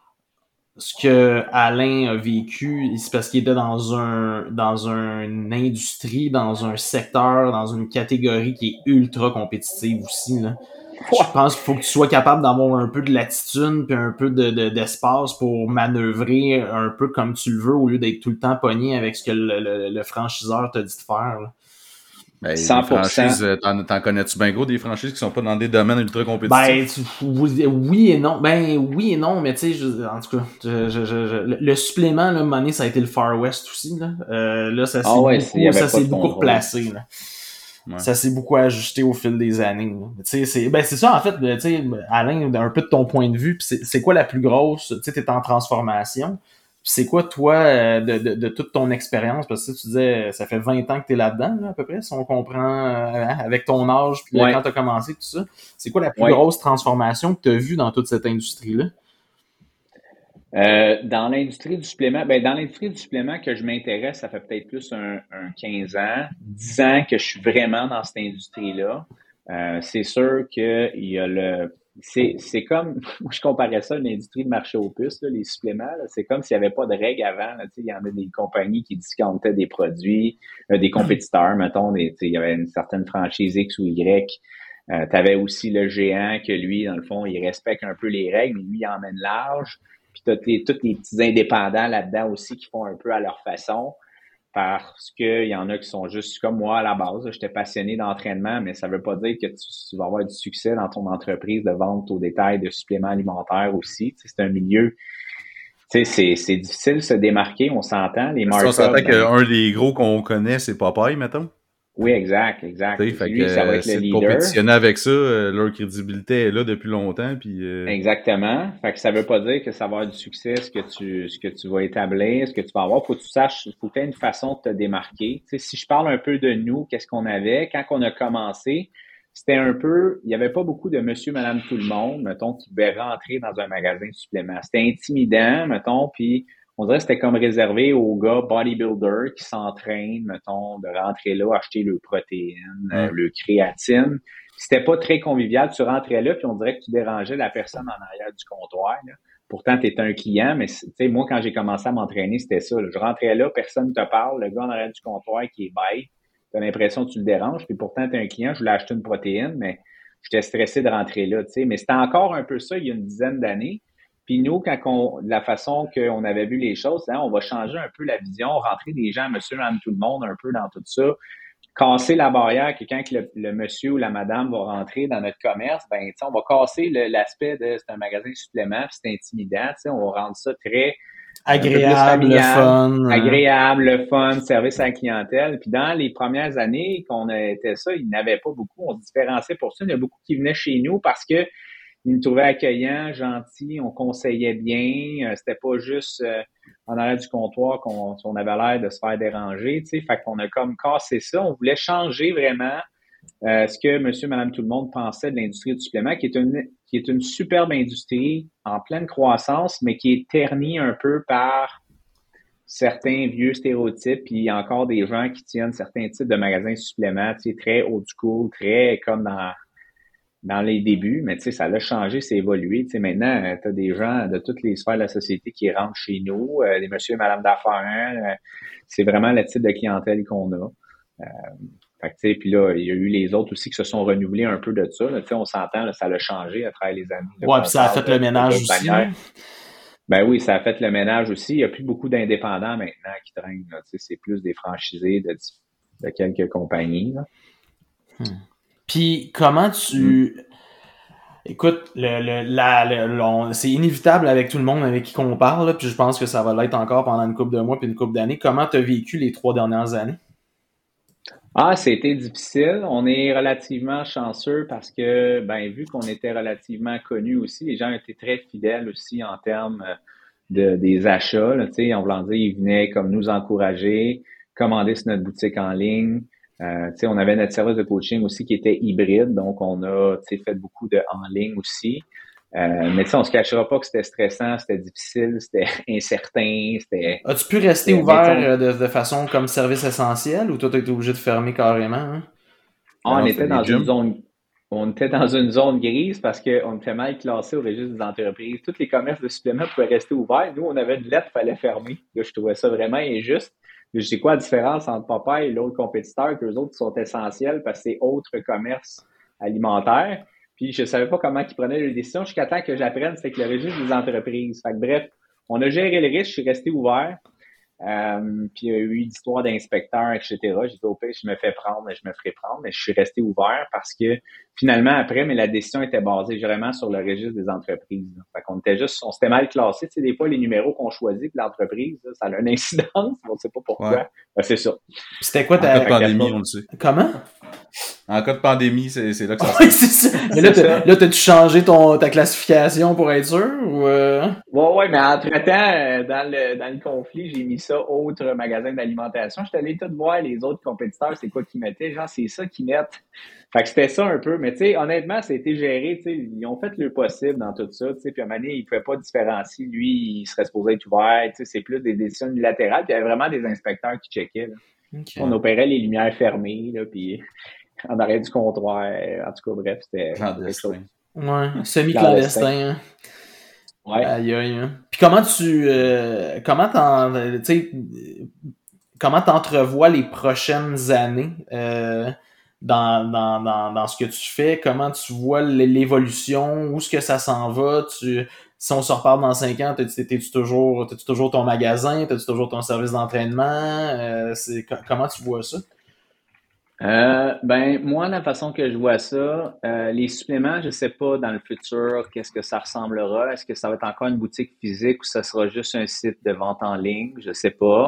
ce que Alain a vécu, c'est parce qu'il était dans un dans une industrie, dans un secteur, dans une catégorie qui est ultra compétitive aussi là. Je pense qu'il faut que tu sois capable d'avoir un peu de latitude puis un peu de, de d'espace pour manœuvrer un peu comme tu le veux au lieu d'être tout le temps pogné avec ce que le, le, le franchiseur t'a dit de faire. Là. Ben, cent pour cent. Les franchises, t'en, t'en connais-tu bien gros des franchises qui sont pas dans des domaines ultra compétitifs? Ben, tu, oui et non. Ben, oui et non, mais tu sais, en tout cas, je, je, je, le, le supplément, là, monnaie, ça a été le Far West aussi, là. Euh, là, ça s'est ah ouais, beaucoup, ça s'est beaucoup replacé, là. Ouais. Ça s'est beaucoup ajusté au fil des années. Tu sais, ben c'est ça en fait. Tu sais, Alain, un peu de ton point de vue, pis c'est, c'est quoi la plus grosse? Tu sais, t'es en transformation. Pis c'est quoi toi de, de, de toute ton expérience? Parce que tu disais, ça fait vingt ans que t'es là-dedans, là, à peu près, si on comprend euh, avec ton âge, puis ouais. Quand t'as commencé tout ça. C'est quoi la plus ouais. grosse transformation que t'as vue dans toute cette industrie-là? Euh, dans l'industrie du supplément, ben dans l'industrie du supplément que je m'intéresse, ça fait peut-être plus un, un quinze ans, dix ans que je suis vraiment dans cette industrie-là. Euh, c'est sûr qu'il y a le... C'est, c'est comme... Je comparais ça à une industrie de marché aux puces, là, les suppléments. Là, c'est comme s'il n'y avait pas de règles avant. Là, il y en a des compagnies qui discountaient des produits, euh, des compétiteurs, mettons. Des, il y avait une certaine franchise X ou Y. Euh, tu avais aussi le géant que lui, dans le fond, il respecte un peu les règles, mais lui, il emmène large. Puis t'as les, tous les petits indépendants là-dedans aussi qui font un peu à leur façon parce qu'il y en a qui sont juste comme moi à la base. J'étais passionné d'entraînement, mais ça veut pas dire que tu, tu vas avoir du succès dans ton entreprise de vente au détail de suppléments alimentaires aussi. Tu sais, c'est un milieu... Tu sais, c'est, c'est difficile de se démarquer, on s'entend. Les markups, on s'entend ben, qu'un des gros qu'on connaît, c'est Popeye, mettons. Oui, exact, exact. Fait lui, que, ça va être c'est le leader. Compétitionner avec ça, euh, leur crédibilité est là depuis longtemps. Puis, euh... Exactement. Fait que ça veut pas dire que ça va avoir du succès, ce que tu, ce que tu vas établir, ce que tu vas avoir. Faut que tu saches, faut que tu aies une façon de te démarquer. Tu sais, si je parle un peu de nous, qu'est-ce qu'on avait, quand on a commencé, c'était un peu, il y avait pas beaucoup de monsieur, madame, tout le monde, mettons, qui pouvaient rentrer dans un magasin de suppléments. C'était intimidant, mettons, puis on dirait que c'était comme réservé aux gars bodybuilders qui s'entraînent, mettons, de rentrer là, acheter le protéines, mmh. euh, le créatine. C'était pas très convivial. Tu rentrais là, puis on dirait que tu dérangeais la personne en arrière du comptoir. Là. Pourtant, tu étais un client, mais tu sais, moi, quand j'ai commencé à m'entraîner, c'était ça. Là. Je rentrais là, personne ne te parle, le gars en arrière du comptoir qui est bête, tu as l'impression que tu le déranges, puis pourtant, tu es un client, je voulais acheter une protéine, mais j'étais stressé de rentrer là. Tu sais. Mais c'était encore un peu ça il y a une dizaine d'années. Puis nous, quand on, la façon qu'on avait vu les choses, hein, on va changer un peu la vision, rentrer des gens, monsieur, madame, tout le monde, un peu dans tout ça, casser la barrière que quand le, le monsieur ou la madame va rentrer dans notre commerce, ben, tu sais, on va casser le, l'aspect de c'est un magasin supplément, puis c'est intimidant, tu sais, on va rendre ça très agréable, le fun, agréable, le fun, service à la clientèle. Puis dans les premières années qu'on était ça, il n'y en avait pas beaucoup, on se différenciait pour ça. Il y en a beaucoup qui venaient chez nous parce que ils nous trouvaient accueillants, gentils, on conseillait bien. Euh, c'était pas juste euh, en arrière du comptoir qu'on on avait l'air de se faire déranger, tu sais. Fait qu'on a comme cassé ça. On voulait changer vraiment euh, ce que monsieur, madame, tout le monde pensait de l'industrie du supplément, qui est une qui est une superbe industrie en pleine croissance, mais qui est ternie un peu par certains vieux stéréotypes, puis il y a encore des gens qui tiennent certains types de magasins de suppléments, tu sais, très old school, très comme dans dans les débuts, mais tu sais, ça l'a changé, c'est évolué. Tu sais, maintenant, tu as des gens de toutes les sphères de la société qui rentrent chez nous, euh, des monsieur et madame d'affaires. Euh, c'est vraiment le type de clientèle qu'on a. Euh, Fait que, tu sais, puis là, il y a eu les autres aussi qui se sont renouvelés un peu de ça. Tu sais, on s'entend, là, ça l'a changé à travers les années. Là, ouais, puis ça a fait de, le ménage aussi. Ben oui, ça a fait le ménage aussi. Il n'y a plus beaucoup d'indépendants maintenant qui traînent. Tu sais, c'est plus des franchisés de, de quelques compagnies. Là. Hmm. Puis comment tu... Hmm. Écoute, le, le, la, le, on, c'est inévitable avec tout le monde avec qui on parle, là, puis je pense que ça va l'être encore pendant une couple de mois puis une couple d'années. Comment tu as vécu les trois dernières années? Ah, c'était difficile. On est relativement chanceux parce que, ben, vu qu'on était relativement connus aussi, les gens étaient très fidèles aussi en termes de, des achats. Là, tu sais, en voulant dire, ils venaient comme nous encourager, commander sur notre boutique en ligne. Euh, tu sais, on avait notre service de coaching aussi qui était hybride, donc on a, tu sais, fait beaucoup de en ligne aussi. Euh, mais tu sais, on se cachera pas que c'était stressant, c'était difficile, c'était incertain, c'était... As-tu pu rester ouvert de, de façon comme service essentiel ou toi, t'as été obligé de fermer carrément? Hein? Ah, on était dans une zone... On était dans une zone grise parce qu'on était mal classé au registre des entreprises. Tous les commerces de suppléments pouvaient rester ouverts. Nous, on avait une lettre, il fallait fermer. Là, je trouvais ça vraiment injuste. Je sais quoi la différence entre Popeye et l'autre compétiteur, qu'eux autres sont essentiels parce que c'est autre commerce alimentaire. Puis je savais pas comment ils prenaient les décisions jusqu'à temps que j'apprenne, c'est que le registre des entreprises. Fait que bref, on a géré le risque, je suis resté ouvert. Euh, puis il y a eu d'histoires d'inspecteurs, et cetera. J'ai dit au pire, je me fais prendre, mais je me ferai prendre, mais je suis resté ouvert parce que finalement, après, mais la décision était basée vraiment sur le registre des entreprises. Là. Fait qu'on était juste, on s'était mal classé. Tu sais, des fois, les numéros qu'on choisit pour l'entreprise, là, ça a une incidence, on ne sait pas pourquoi. Ouais. Ben, c'est ça. C'était quoi ta... En cas de pandémie, on le sait. Comment? En cas de pandémie, c'est, c'est là que ça se passe. Oui, c'est ça. Mais là, t'as, là, t'as-tu changé ton, ta classification pour être sûr? Ou euh... Ouais, ouais, mais entre-temps, dans le, dans le conflit, j'ai mis ça autre magasin d'alimentation. J'étais allé tout voir les autres compétiteurs, c'est quoi qu'ils mettaient. Genre, c'est ça qu'ils mettent. Fait que c'était ça un peu. Mais tu sais, honnêtement, ça a été géré. Tu sais, ils ont fait le possible dans tout ça. Tu sais, puis à un moment donné, ils ne pouvaient pas différencier. Lui, il serait supposé être ouvert. Tu sais, c'est plus des décisions unilatérales. Puis il y avait vraiment des inspecteurs qui checkaient. Là. Okay. On opérait les lumières fermées, là, puis en arrêt du comptoir. En tout cas, bref, c'était quelque chose. Ouais, semi-clandestin. Hein. Ouais. Aïe, aïe, hein. Puis comment tu, euh, comment t'en, tu sais, comment t'entrevois les prochaines années euh, dans, dans, dans, dans ce que tu fais? Comment tu vois l'évolution? Où est-ce que ça s'en va? Tu, si on se reparle dans cinq ans, t'as-tu, t'as-tu toujours, t'as-tu toujours ton magasin? T'as-tu toujours ton service d'entraînement? Euh, c'est, comment tu vois ça? Euh, ben, moi, la façon que je vois ça, euh, les suppléments, je sais pas dans le futur qu'est-ce que ça ressemblera. Est-ce que ça va être encore une boutique physique ou ça sera juste un site de vente en ligne? Je sais pas.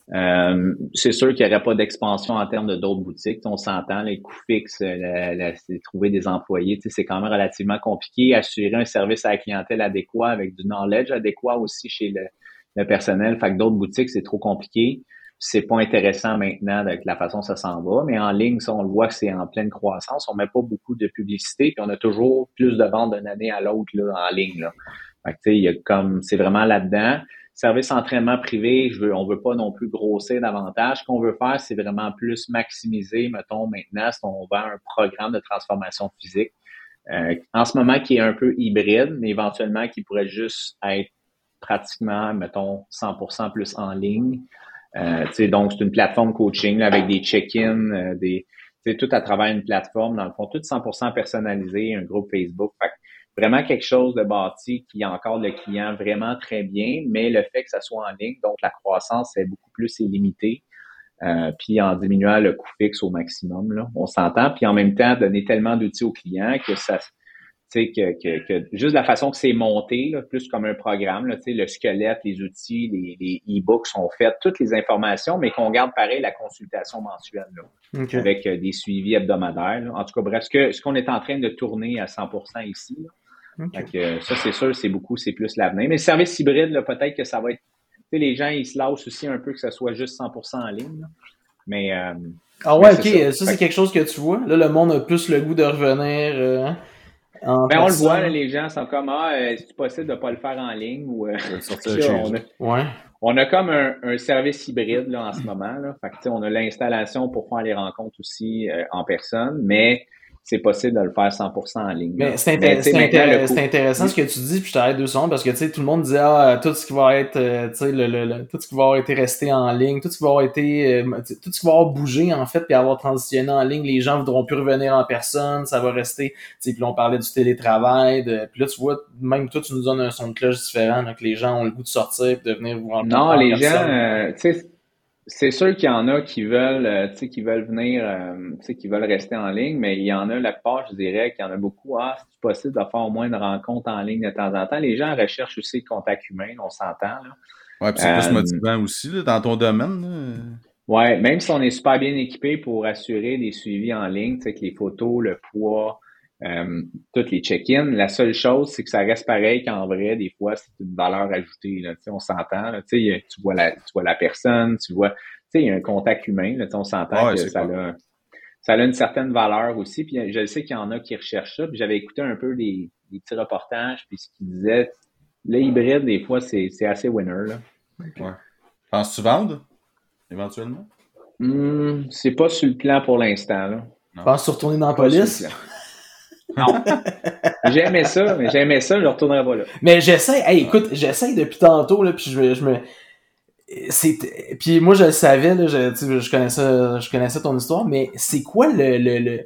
Euh, c'est sûr qu'il n'y aurait pas d'expansion en termes de d'autres boutiques. On s'entend, les coûts fixes, la, la, trouver des employés, c'est quand même relativement compliqué. Assurer un service à la clientèle adéquat avec du knowledge adéquat aussi chez le, le personnel. Fait que d'autres boutiques, c'est trop compliqué. C'est pas intéressant maintenant avec la façon dont ça s'en va, mais en ligne, ça, on le voit que c'est en pleine croissance. On met pas beaucoup de publicité, puis on a toujours plus de ventes d'une année à l'autre là, en ligne. Là. Fait que, tu sais, il y a comme c'est vraiment là-dedans. Service entraînement privé, je veux, on veut pas non plus grossir davantage. Ce qu'on veut faire, c'est vraiment plus maximiser, mettons, maintenant, si on vend un programme de transformation physique. Euh, en ce moment, qui est un peu hybride, mais éventuellement qui pourrait juste être pratiquement, mettons, cent pour cent plus en ligne. Euh, donc, c'est une plateforme coaching là, avec des check-ins, euh, des, tout à travers une plateforme, dans le fond, tout cent pour cent personnalisé, un groupe Facebook. Fait que vraiment quelque chose de bâti qui encore le client vraiment très bien, mais le fait que ça soit en ligne, donc la croissance est beaucoup plus limitée. Euh, puis en diminuant le coût fixe au maximum, là, on s'entend. Puis en même temps, donner tellement d'outils aux clients que ça... Tu sais, que, que, que juste la façon que c'est monté, là, plus comme un programme, là, tu sais, le squelette, les outils, les, les e-books sont faits, toutes les informations, mais qu'on garde pareil la consultation mensuelle, là, okay. avec euh, des suivis hebdomadaires. Là. En tout cas, bref, ce, que, ce qu'on est en train de tourner à cent pour cent ici, là. Okay. Fait que, ça, c'est sûr, c'est beaucoup, c'est plus l'avenir. Mais le service hybride, là, peut-être que ça va être... Tu sais, les gens, ils se lâchent aussi un peu que ça soit juste cent pour cent en ligne, là. Mais... Euh, ah ouais, mais OK, ça, ça c'est que... quelque chose que tu vois. Là, le monde a plus le goût de revenir... Euh... Ben, on le voit, là, les gens sont comme, ah, est-ce possible de ne pas le faire en ligne ou, euh, là, on, a, ouais. on a comme un, un service hybride, là, en ce moment, là. Fait que, on a l'installation pour faire les rencontres aussi, euh, en personne, mais c'est possible de le faire cent pour cent en ligne. Mais c'est, intér- mais, c'est, intér- c'est intéressant oui. ce que tu dis, puis je t'arrête deux secondes, parce que, tu sais, tout le monde disait, ah, tout ce qui va être, euh, tu sais, le, le, le, tout ce qui va avoir été resté en ligne, tout ce qui va avoir été, euh, tout ce qui va avoir bougé, en fait, puis avoir transitionné en ligne, les gens voudront plus revenir en personne, ça va rester, tu sais, puis là, on parlait du télétravail, de, puis là, tu vois, même toi, tu nous donnes un son de cloche différent, là, que les gens ont le goût de sortir, puis de venir vous rencontrer. Non, les gens, euh, tu sais, c'est sûr qu'il y en a qui veulent, euh, tu sais, qui veulent venir, euh, tu sais, qui veulent rester en ligne, mais il y en a la plupart, je dirais qu'il y en a beaucoup. Ah, c'est possible de faire au moins une rencontre en ligne de temps en temps. Les gens recherchent aussi le contact humain, on s'entend, là. Ouais, puis c'est euh, plus motivant aussi, là, dans ton domaine, là. Ouais, même si on est super bien équipé pour assurer des suivis en ligne, tu sais, que les photos, le poids, euh, toutes les check-ins, la seule chose, c'est que ça reste pareil qu'en vrai, des fois, c'est une valeur ajoutée, là, tu sais, on s'entend, là, tu sais, tu vois la, tu vois la personne, tu vois, tu sais, il y a un contact humain, là, tu sais, on s'entend ouais, que ça a, ça a une certaine valeur aussi, puis je sais qu'il y en a qui recherchent ça, puis j'avais écouté un peu des, des petits reportages, puis ce qu'ils disaient, le hybride, des fois, c'est, c'est assez winner, là. Ouais. Penses-tu vendre, éventuellement? Hum, c'est pas sur le plan pour l'instant, là. Penses-tu retourner dans la police? Non. J'aimais ça, mais j'aimais ça, je ne retournerai pas là. Mais j'essaie, hey, écoute, j'essaie depuis tantôt, là, puis je, je me. C'est, puis moi, je le savais, là, je, je, connaissais, je connaissais ton histoire, mais c'est quoi le. le, le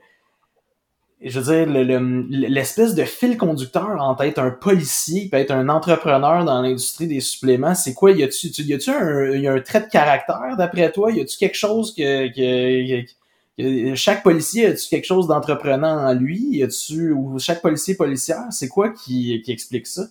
je veux dire, le, le, l'espèce de fil conducteur entre être un policier et être un entrepreneur dans l'industrie des suppléments, c'est quoi? Y a-tu, y a-tu un, y a un trait de caractère d'après toi? Y a-tu quelque chose que, que, que chaque policier a-tu quelque chose d'entreprenant en lui? Y a-tu, ou chaque policier policière? C'est quoi qui, qui explique ça?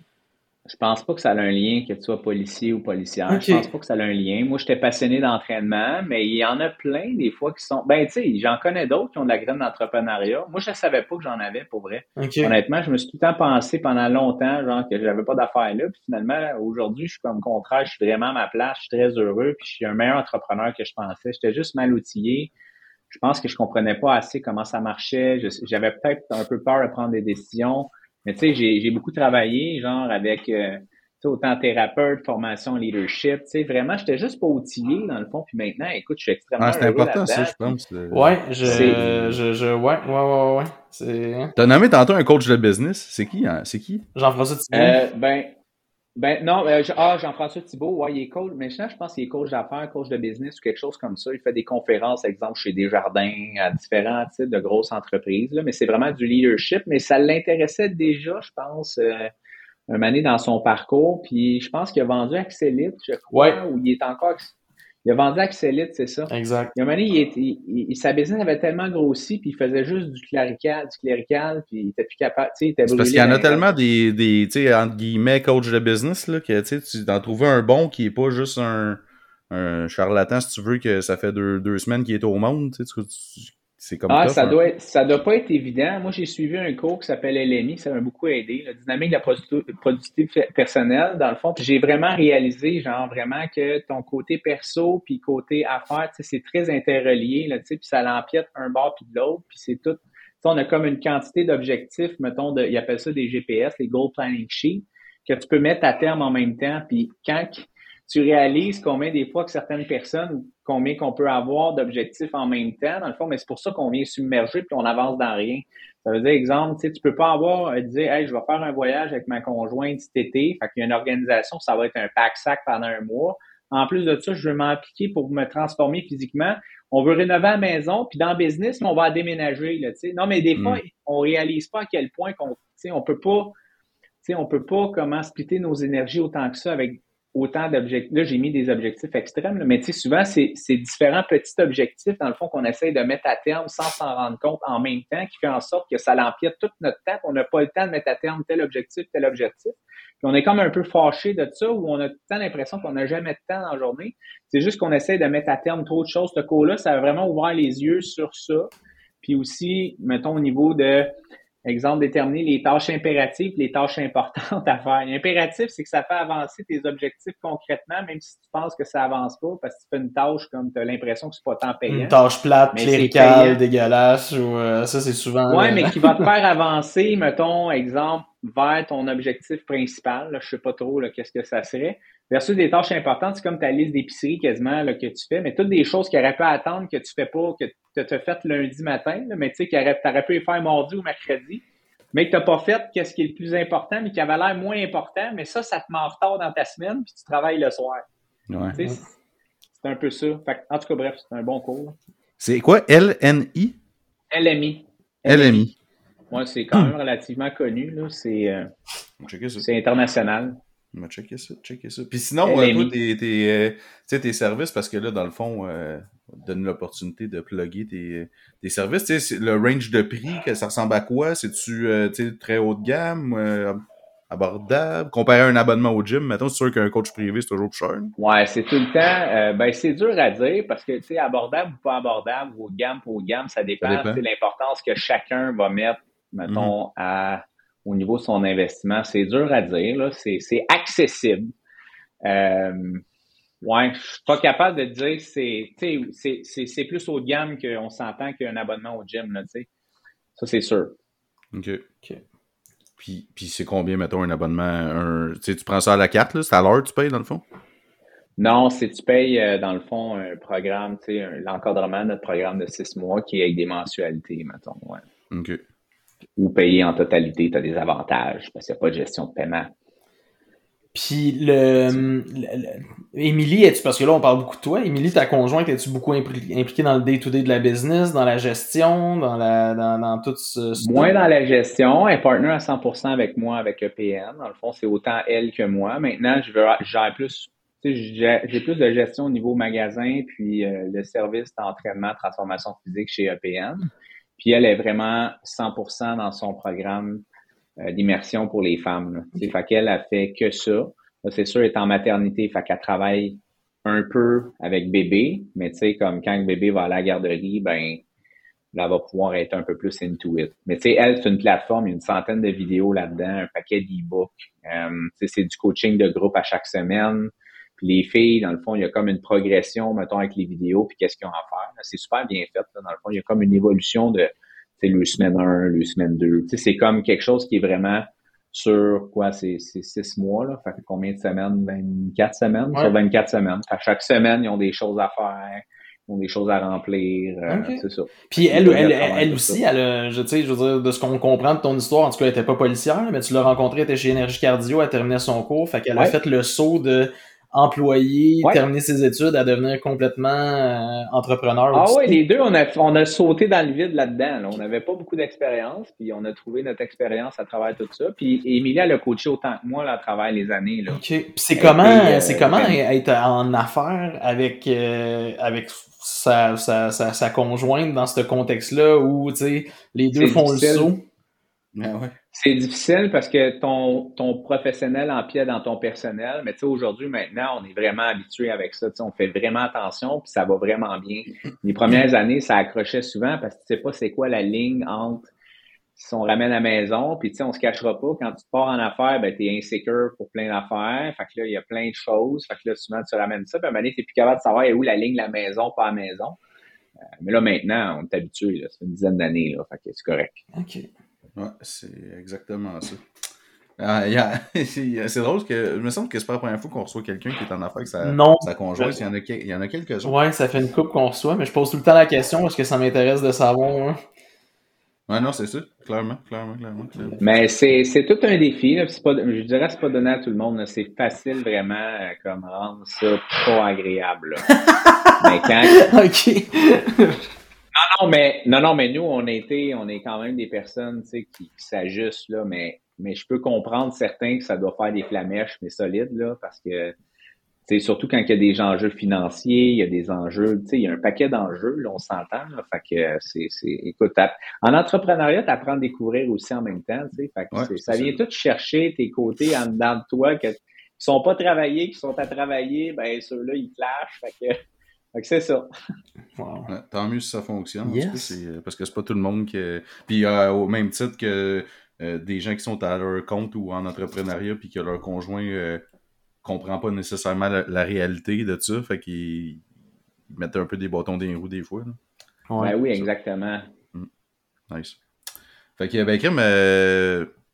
Je pense pas que ça a un lien, que tu sois policier ou policière. Okay. Je pense pas que ça a un lien. Moi, j'étais passionné d'entraînement, mais il y en a plein des fois qui sont... Ben, tu sais, j'en connais d'autres qui ont de la graine d'entrepreneuriat. Moi, je ne savais pas que j'en avais, pour vrai. Okay. Honnêtement, je me suis tout le temps pensé pendant longtemps, genre, que j'avais pas d'affaires là. Puis finalement, aujourd'hui, je suis comme contraire. Je suis vraiment à ma place. Je suis très heureux. Puis je suis un meilleur entrepreneur que je pensais. J'étais juste mal outillé. Je pense que je comprenais pas assez comment ça marchait. Je, j'avais peut-être un peu peur de prendre des décisions. Mais tu sais, j'ai, j'ai beaucoup travaillé, genre, avec euh, autant thérapeute, formation, leadership. Tu sais, vraiment, j'étais juste pas outillé, dans le fond. Puis maintenant, écoute, je suis extrêmement ah, c'est heureux important, là-dedans. ça, je pense. Puis, ouais, je, c'est... je, je, ouais, ouais, ouais, ouais. C'est... T'as nommé tantôt un coach de business. C'est qui, hein? C'est qui? Jean-François Thibault. Euh, ben, ben, non, euh, ah, Jean-François Thibault, ouais, il est coach. Maintenant, je pense qu'il est coach d'affaires, coach de business ou quelque chose comme ça. Il fait des conférences, exemple, chez Desjardins, à différents types de grosses entreprises, là. Mais c'est vraiment du leadership. Mais ça l'intéressait déjà, je pense, euh, un moment donné dans son parcours. Puis je pense qu'il a vendu Axelite, je crois, ouais. ou il est encore... Il a vendu Axelite, c'est ça. Exact. Il y a un moment donné, il était, il, il, sa business avait tellement grossi, puis il faisait juste du clérical, du clérical, puis il était plus capable, tu sais, il était brûlé. Parce qu'il y en a tellement des, des tu sais, entre guillemets, coach de business, là, que, tu sais, tu t'en trouves un bon qui est pas juste un, un charlatan, si tu veux, que ça fait deux, deux semaines qu'il est au monde, tu sais, tu, tu, c'est comme ah, tough, ça hein. doit être, ça doit pas être évident. Moi, j'ai suivi un cours qui s'appelle L M I, ça m'a beaucoup aidé, la dynamique de la productivité personnelle, dans le fond. Puis j'ai vraiment réalisé, genre, vraiment que ton côté perso puis côté affaires, tu sais, c'est très interrelié, là, tu sais, puis ça l'empiète un bord puis de l'autre, puis c'est tout. Tu sais, on a comme une quantité d'objectifs, mettons, de, ils appellent ça des G P S, les Goal Planning Sheets, que tu peux mettre à terme en même temps, puis quand tu réalises combien des fois que certaines personnes, combien qu'on peut avoir d'objectifs en même temps, dans le fond, mais c'est pour ça qu'on vient submerger puis on avance dans rien. Ça veut dire, exemple, tu sais, tu peux pas avoir, euh, dire, hey, je vais faire un voyage avec ma conjointe cet été, fait qu'il y a une organisation, ça va être un pack-sac pendant un mois. En plus de ça, je veux m'impliquer pour me transformer physiquement. On veut rénover la maison, puis dans le business, mais on va déménager, là, tu sais. Non, mais des fois, mm. on réalise pas à quel point qu'on, tu sais, on peut pas, tu sais, on peut pas comment splitter nos énergies autant que ça avec autant d'objectifs. Là, j'ai mis des objectifs extrêmes, là, mais tu sais, souvent, c'est, c'est différents petits objectifs, dans le fond, qu'on essaye de mettre à terme sans s'en rendre compte en même temps, qui fait en sorte que ça l'empiète tout notre temps, qu'on n'a pas le temps de mettre à terme tel objectif, tel objectif. Puis on est comme un peu fâché de ça, où on a tout le temps l'impression qu'on n'a jamais de temps dans la journée. C'est juste qu'on essaye de mettre à terme trop de choses. Ce cours-là, ça a vraiment ouvert les yeux sur ça. Puis aussi, mettons, au niveau de... Exemple, déterminer les tâches impératives et les tâches importantes à faire. L'impératif, c'est que ça fait avancer tes objectifs concrètement, même si tu penses que ça avance pas, parce que tu fais une tâche comme tu as l'impression que c'est pas tant payant. Une tâche plate, cléricale, dégueulasse, ou euh, ça, c'est souvent... Ouais, euh... mais qui va te faire avancer, mettons, exemple, vers ton objectif principal, là, je sais pas trop là, qu'est-ce que ça serait, versus des tâches importantes, c'est comme ta liste d'épicerie quasiment là, que tu fais, mais toutes des choses qui auraient pu attendre, que tu fais pas, que tu as fait lundi matin, là, mais tu sais, tu aurais pu les faire mardi ou mercredi, mais que tu n'as pas fait qu'est-ce qui est le plus important, mais qui avait l'air moins important, mais ça, ça te met en retard dans ta semaine, puis tu travailles le soir. Ouais. Tu sais, c'est, c'est un peu ça. Fait, en tout cas, bref, c'est un bon cours. Là. C'est quoi, L N I? L M I. L M I. Ouais, c'est quand même relativement connu, là. C'est, euh, c'est international. On va checker ça, checker ça. Puis sinon, euh, toi, tes, tes, euh, tes services, parce que là, dans le fond, euh, donne l'opportunité de plugger tes, tes services. Tu sais, le range de prix, que ça ressemble à quoi? C'est-tu euh, très haut de gamme, euh, abordable? Comparé à un abonnement au gym, mettons, c'est sûr qu'un coach privé, c'est toujours plus cher. Ouais, c'est tout le temps. Euh, ben, c'est dur à dire parce que, tu sais, abordable ou pas abordable, haut de gamme, pas haut de gamme, ça dépend. Ça dépend. L'importance que chacun va mettre, mettons, mm-hmm. à, au niveau de son investissement. C'est dur à dire, là. C'est, c'est accessible. Euh, ouais, je suis pas capable de dire c'est, tu sais, c'est, c'est, c'est plus haut de gamme qu'on s'entend qu'un abonnement au gym, là, tu sais. Ça, c'est sûr. OK. OK. Puis, puis c'est combien, mettons, un abonnement? Un, tu prends ça à la carte, là? C'est à l'heure que tu payes, dans le fond? Non, c'est tu payes, euh, dans le fond, un programme, tu sais, l'encadrement de notre programme de six mois qui est avec des mensualités, mettons, ouais. OK. Ou payer en totalité, tu as des avantages, parce qu'il n'y a pas de gestion de paiement. Puis, le, le, le Émilie, es-tu, parce que là, on parle beaucoup de toi. Émilie, ta conjointe, es-tu beaucoup impli- impliquée dans le day-to-day de la business, dans la gestion, dans la dans, dans tout ce... ce Moins dans la gestion. Elle est partner à cent pour cent avec moi, avec E P N. Dans le fond, c'est autant elle que moi. Maintenant, je veux j'ai plus, tu sais, j'ai plus de gestion au niveau magasin, puis euh, le service d'entraînement, transformation physique chez E P N. Puis elle est vraiment cent pour cent dans son programme euh, d'immersion pour les femmes. Okay. Fait qu'elle a fait que ça. Là, c'est sûr, elle est en maternité, fait qu'elle travaille un peu avec bébé, mais tu sais, comme quand le bébé va à la garderie, ben là, elle va pouvoir être un peu plus into it. Mais tu sais, elle, c'est une plateforme, il y a une centaine de vidéos là-dedans, un paquet d'e-books. Euh, tu sais, c'est du coaching de groupe à chaque semaine. Puis les filles, dans le fond, il y a comme une progression, mettons, avec les vidéos, puis qu'est-ce qu'ils ont à faire. Là, c'est super bien fait. Là, dans le fond, il y a comme une évolution de, tu sais, le semaine un, le semaine deux. Tu sais, c'est comme quelque chose qui est vraiment sur, quoi, c'est, c'est six mois, là. Fait que combien de semaines? vingt-quatre semaines? Ouais. Sur vingt-quatre semaines. Fait que chaque semaine, ils ont des choses à faire. Ils ont des choses à remplir, euh, okay. C'est ça. Puis elle, elle, elle, elle aussi, elle a, je, tu sais, je veux dire, de ce qu'on comprend de ton histoire, en tout cas, elle était pas policière, mais tu l'as rencontrée, elle était chez Énergie Cardio, elle terminait son cours, fait qu'elle ouais. a fait le saut de employé, ouais. terminer ses études, à devenir complètement euh, entrepreneur. Ah oui, les deux, on a, on a sauté dans le vide là-dedans. Là. On n'avait pas beaucoup d'expérience, puis on a trouvé notre expérience à travers tout ça. Puis Émilie, elle a coaché autant que moi là, à travers les années. Là. OK. Puis c'est elle comment, était, euh, c'est comment être en affaires avec, euh, avec sa, sa, sa, sa conjointe dans ce contexte-là où, tu sais, les deux font difficile. Le saut. Ah ouais. C'est difficile parce que ton, ton professionnel empiète dans ton personnel, mais tu sais, aujourd'hui, maintenant, on est vraiment habitué avec ça. Tu sais, on fait vraiment attention, puis ça va vraiment bien. Les premières années, ça accrochait souvent parce que tu sais pas c'est quoi la ligne entre si on ramène à la maison, puis tu sais, on se cachera pas. Quand tu pars en affaires, ben, t'es insécure pour plein d'affaires. Fait que là, il y a plein de choses. Fait que là, souvent, tu ramènes ça, puis à un moment donné, t'es plus capable de savoir où la ligne, la maison, pas la maison. Euh, mais là, maintenant, on est habitué, là. Ça fait une dizaine d'années, là. Fait que c'est correct. OK. Ouais, c'est exactement ça. Ah, yeah. C'est drôle que. Il me semble que c'est pas la première fois qu'on reçoit quelqu'un qui est en affaire avec sa, non. sa conjointe. Il y en a, il y en a quelques-uns. Ouais, ça fait une couple qu'on reçoit, mais je pose tout le temps la question parce que ça m'intéresse de savoir. Hein. Ouais, non, c'est ça. Clairement, clairement, clairement. clairement. Mais c'est, c'est tout un défi. Là. C'est pas, je dirais que c'est pas donné à tout le monde. Là. C'est facile vraiment euh, comme rendre ça pas agréable. Mais quand. OK. Non, non, mais non, non, mais nous, on a été, on est quand même des personnes, tu sais, qui, qui s'ajustent, là, mais, mais je peux comprendre certains que ça doit faire des flamèches, mais solides, là, parce que, tu sais, surtout quand il y a des enjeux financiers, il y a des enjeux, tu sais, il y a un paquet d'enjeux, là, on s'entend, là, fait que c'est, c'est, écoute, en entrepreneuriat, t'apprends à découvrir aussi en même temps, tu sais, fait que ouais, c'est, ça vient tout chercher tes côtés en dedans de toi, que, qui sont pas travaillés, qui sont à travailler, ben, ceux-là, ils clashent, fait que, fait que c'est ça. Wow. Ouais, tant mieux si ça fonctionne. Yes. En tout cas, c'est, parce que c'est pas tout le monde qui. Puis euh, au même titre que euh, des gens qui sont à leur compte ou en entrepreneuriat puis que leur conjoint euh, comprend pas nécessairement la, la réalité de ça, fait qu'ils ils mettent un peu des bâtons dans les roues des fois. Là. Ouais, ben oui, exactement. Mm. Nice. Fait que, ben, Kim, euh,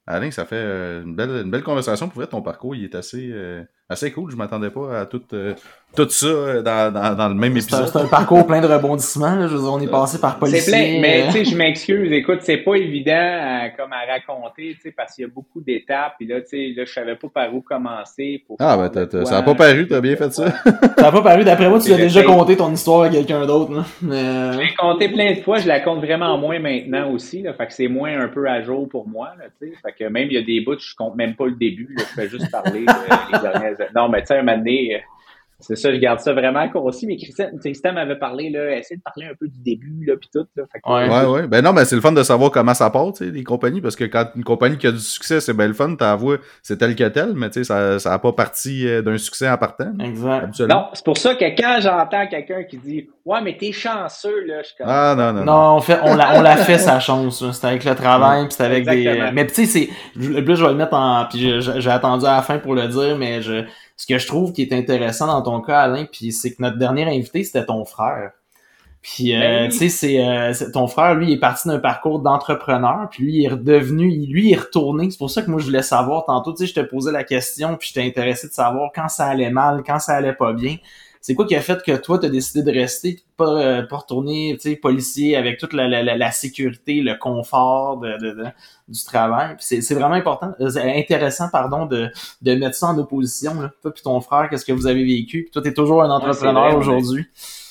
Alain, ça fait euh, une belle, une belle conversation. Pour vrai, ton parcours, il est assez, euh, assez cool. Je m'attendais pas à tout, euh, tout ça euh, dans, dans, dans le même C'est un, épisode. c'est un parcours plein de rebondissements. Là. Je veux dire, on est passé par policier. C'est plein, mais euh, tu sais, je m'excuse. Écoute, c'est pas évident à, comme à raconter, tu sais, parce qu'il y a beaucoup d'étapes. Puis là, tu sais, là, je savais pas par où commencer pour Ah, faire ben, de t'as, t'as- quoi, ça a pas paru, t'as de bien fait quoi. ça. Ça a pas paru. D'après moi, tu l'as Et déjà j'essaie- conté ton histoire à quelqu'un d'autre. Là. Mais... Je l'ai compté plein de fois, je la compte vraiment moins maintenant aussi, là, fait que c'est moins un peu à jour pour moi, là, tu sais, fait que même il y a des bouts, je compte même pas le début, là, je fais juste parler de, les dernières... Non, mais tu sais, un moment donné, euh, c'est ça, je garde ça vraiment concis, mais Christian, Christian m'avait parlé, là, essayer de parler un peu du début, là, puis tout, là, fait que, Ouais. Ouais, ouais. Ben non, ben c'est le fun de savoir comment ça part, tu sais, les compagnies, parce que quand une compagnie qui a du succès, c'est bien le fun, ta voix, c'est tel que tel, mais tu sais, ça, ça a pas parti euh, d'un succès en partant. Exact. Habituellement. Non, c'est pour ça que quand j'entends quelqu'un qui dit « Ouais, mais t'es chanceux, là », je suis comme... Ah, non, non, non. Non, on fait, on l'a, on l'a fait sa chance. là. C'était avec le travail, puis c'était avec Exactement. des. Mais tu sais, c'est. je- Plus je vais le mettre en. Puis je- je- j'ai attendu à la fin pour le dire, mais je. Ce que je trouve qui est intéressant dans ton cas, Alain, puis c'est que notre dernier invité, c'était ton frère. Puis euh, Ben oui. tu sais, c'est, euh, c'est- ton frère, lui, il est parti d'un parcours d'entrepreneur, puis lui, il est redevenu, il- lui, il est retourné. C'est pour ça que moi, je voulais savoir tantôt, tu sais, je te posais la question, puis j'étais intéressé de savoir quand ça allait mal, quand ça allait pas bien. C'est quoi qui a fait que toi, t'as décidé de rester, de pas, euh, pas retourner, tu sais, policier avec toute la, la, la, la sécurité, le confort de, de, de- du travail. Puis c'est, c'est vraiment important, euh, c'est intéressant, pardon, de, de mettre ça en opposition. Là. Toi puis ton frère, qu'est-ce que vous avez vécu? Puis toi, t'es toujours un Ouais, c'est entrepreneur vrai, on est- aujourd'hui.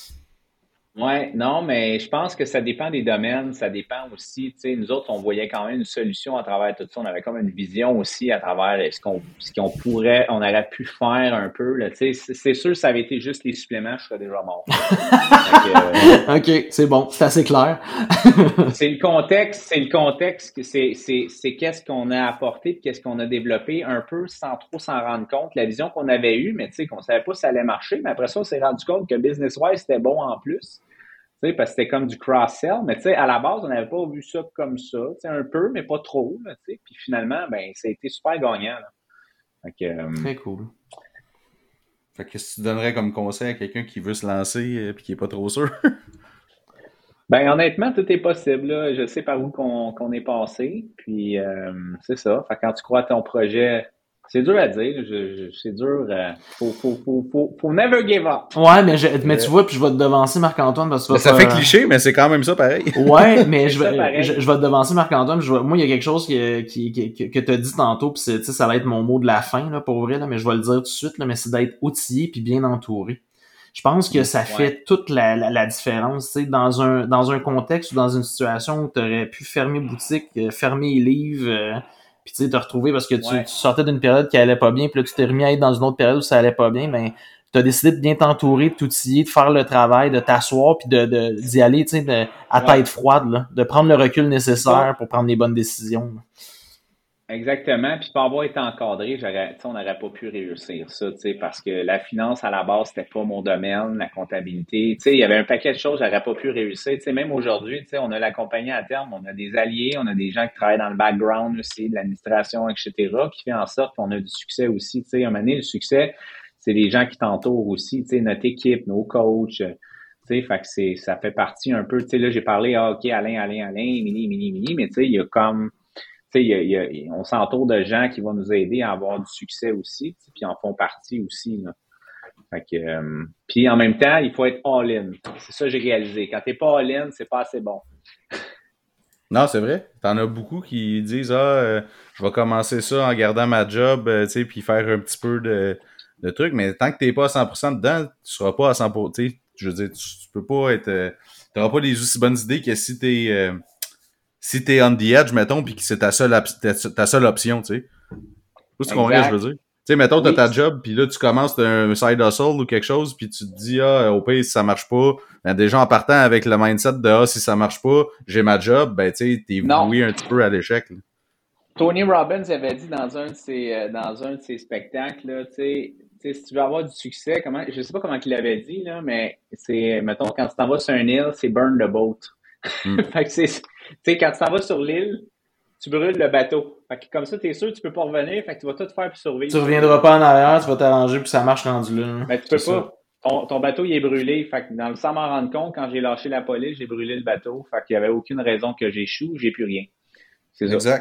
Ouais, non, mais je pense que ça dépend des domaines, ça dépend aussi, tu sais, nous autres, on voyait quand même une solution à travers tout ça, on avait comme une vision aussi à travers ce qu'on ce qu'on pourrait, on aurait pu faire un peu, là, tu sais, c'est c'est sûr, ça avait été juste les suppléments, je serais déjà mort. Fait que, euh, OK, c'est bon, c'est assez clair. c'est le contexte, c'est le contexte, que c'est c'est c'est qu'est-ce qu'on a apporté, puis qu'est-ce qu'on a développé un peu sans trop s'en rendre compte, la vision qu'on avait eue, mais tu sais, qu'on savait pas si ça allait marcher, mais après ça, on s'est rendu compte que business-wise, c'était bon en plus. Tu sais, parce que c'était comme du cross-sell, mais tu sais, à la base, on n'avait pas vu ça comme ça, tu sais, un peu, mais pas trop, là, tu sais, puis finalement, ben, ça a été super gagnant, là. Fait que, euh, Très cool. Fait que qu'est-ce que tu donnerais comme conseil à quelqu'un qui veut se lancer et qui est pas trop sûr? ben, honnêtement, tout est possible, là. Je sais par où qu'on qu'on est passé, puis euh, c'est ça. Fait que quand tu crois à ton projet, c'est dur à dire, je, je- c'est dur, euh, faut, faut, faut, faut, faut never give up. Ouais, mais, je, mais tu vois, puis je vais te devancer Marc-Antoine parce que tu vas Ça faire- fait cliché, mais c'est quand même ça pareil. Ouais, mais C'est je ça, vais, pareil. je, je vais te devancer Marc-Antoine. Je vais- moi, il y a quelque chose qui, qui, qui, que, que tu as dit tantôt, puis c'est, tu sais, ça va être mon mot de la fin, là, pour vrai, là, mais je vais le dire tout de suite, là, mais c'est d'être outillé puis bien entouré. Je pense que ça fait Ouais. toute la, la, la différence, tu sais, dans un, dans un contexte ou dans une situation où tu aurais pu fermer boutique, euh, fermer les livres, euh, puis tu sais, te retrouver parce que tu, Ouais. tu sortais d'une période qui allait pas bien, puis là, tu t'es remis à être dans une autre période où ça allait pas bien, ben, tu as décidé de bien t'entourer, de t'outiller, de faire le travail, de t'asseoir, puis de, de, d'y aller, tu sais, de- à Ouais. tête froide, là, de prendre le recul nécessaire pour prendre les bonnes décisions. là. Exactement. Puis, pas avoir été encadré, j'aurais, tu sais, on n'aurait pas pu réussir ça, tu sais, parce que la finance, à la base, c'était pas mon domaine, la comptabilité. Tu sais, il y avait un paquet de choses, j'aurais pas pu réussir. Tu sais, même aujourd'hui, tu sais, on a la compagnie à terme, on a des alliés, on a des gens qui travaillent dans le background aussi, de l'administration, et cetera, qui fait en sorte qu'on a du succès aussi. Tu sais, à un moment donné, le succès, c'est les gens qui t'entourent aussi, tu sais, notre équipe, nos coachs. Tu sais, fait que c'est, ça fait partie un peu, tu sais, là, j'ai parlé, ah, OK, Alain, Alain, Alain, Émilie, Émilie, Émilie, mais tu sais, il y a comme, tu sais, il y a, il y a, on s'entoure de gens qui vont nous aider à avoir du succès aussi, tu sais, puis en font partie aussi, là. Fait que, euh, puis en même temps, il faut être all-in. C'est ça que j'ai réalisé. Quand t'es pas all-in, c'est pas assez bon. Non, c'est vrai. T'en as beaucoup qui disent ah, euh, je vais commencer ça en gardant ma job, euh, tu sais, puis faire un petit peu de, de trucs. Mais tant que t'es pas à cent pour cent dedans, tu seras pas à cent pour cent. Tu sais, je veux dire, tu, tu peux pas être. Euh, t'auras pas les aussi bonnes idées que si t'es euh, si t'es on the edge, mettons, puis que c'est ta seule op- ta, ta seule option, tu sais. Tu sais, tu comprends ce que je veux dire? Tu sais, mettons, t'as Oui. ta job, puis là, tu commences t'as un side hustle ou quelque chose, puis tu te dis, ah, au pire, si ça marche pas, ben, déjà, en partant avec le mindset de, ah, si ça marche pas, j'ai ma job, ben, tu sais, t'es Non. voué un petit peu à l'échec, là. Tony Robbins avait dit dans un de ses, euh, dans un de ses spectacles, là, tu sais, tu sais, si tu veux avoir du succès, comment, je sais pas comment il l'avait dit, là, mais c'est, mettons, quand tu t'en vas sur un île, c'est burn the boat. Mm. Fait que c'est, tu sais, quand tu t'en vas sur l'île, tu brûles le bateau. Fait que comme ça, t'es sûr que tu peux pas revenir, fait que tu vas tout faire pour survivre. Tu reviendras pas en arrière, tu vas t'arranger puis ça marche rendu là. là. Mais tu peux C'est pas. Ton, ton bateau, il est brûlé. Fait que dans le sans m'en rendre compte, quand j'ai lâché la police, j'ai brûlé le bateau. Fait qu'il y avait aucune raison que j'échoue, j'ai plus rien. C'est ça. Exact.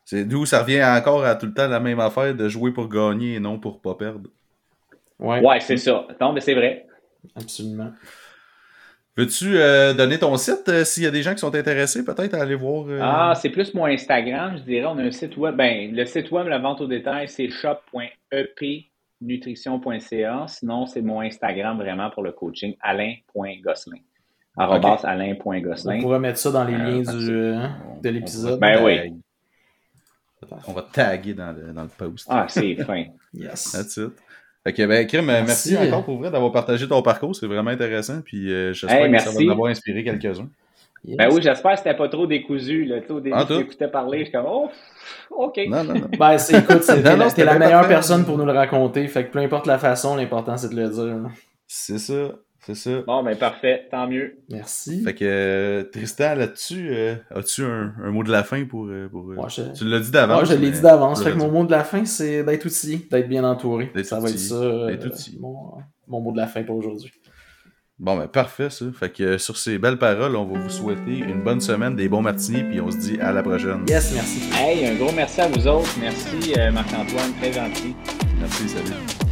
C'est d'où ça revient encore à tout le temps la même affaire de jouer pour gagner et non pour pas perdre. Ouais, ouais c'est ça. Non, mais c'est vrai. Absolument. Veux-tu euh, donner ton site euh, s'il y a des gens qui sont intéressés peut-être à aller voir? Euh... Ah, c'est plus mon Instagram, je dirais. On a un site web. Ben, le site web, la vente au détail, c'est shop point e p nutrition point c a. Sinon, c'est mon Instagram vraiment pour le coaching, alain point gosselin. arrobas okay. alain point gosselin. On pourra mettre ça dans les liens euh, du, euh, de l'épisode. Ben oui. On va taguer dans le, dans le post. Ah, c'est fin. Yes. That's it. Ok, ben, Krim, merci, merci encore pour vrai d'avoir partagé ton parcours. C'est vraiment intéressant. Puis euh, j'espère hey, que ça va en avoir inspiré quelques-uns. Yes. Ben oui, j'espère que c'était pas trop décousu. Là. Au début, je t'écoutais parler, je suis comme, oh, OK. Non, non, non. Ben, c'est, écoute, c'est, non, non, t'es la meilleure parfait. personne pour nous le raconter. Fait que peu importe la façon, l'important, c'est de le dire. Là. C'est ça. C'est ça. Bon, ben parfait, tant mieux. Merci. Fait que euh, Tristan, là-dessus, euh, as-tu un, un mot de la fin pour... Euh, pour euh... Ouais, je... Tu l'as dit d'avance. Ouais, je l'ai dit d'avance. Fait que mon mot de la fin, c'est d'être outillé, d'être bien entouré. D'être ça outillé. Va être ça, euh, mon, mon mot de la fin pour aujourd'hui. Bon, ben parfait, ça. Fait que euh, sur ces belles paroles, on va vous souhaiter une bonne semaine, des bons matinées, puis on se dit à la prochaine. Yes, merci. Hey, un gros merci à vous autres. Merci, euh, Marc-Antoine, très gentil. Merci, salut.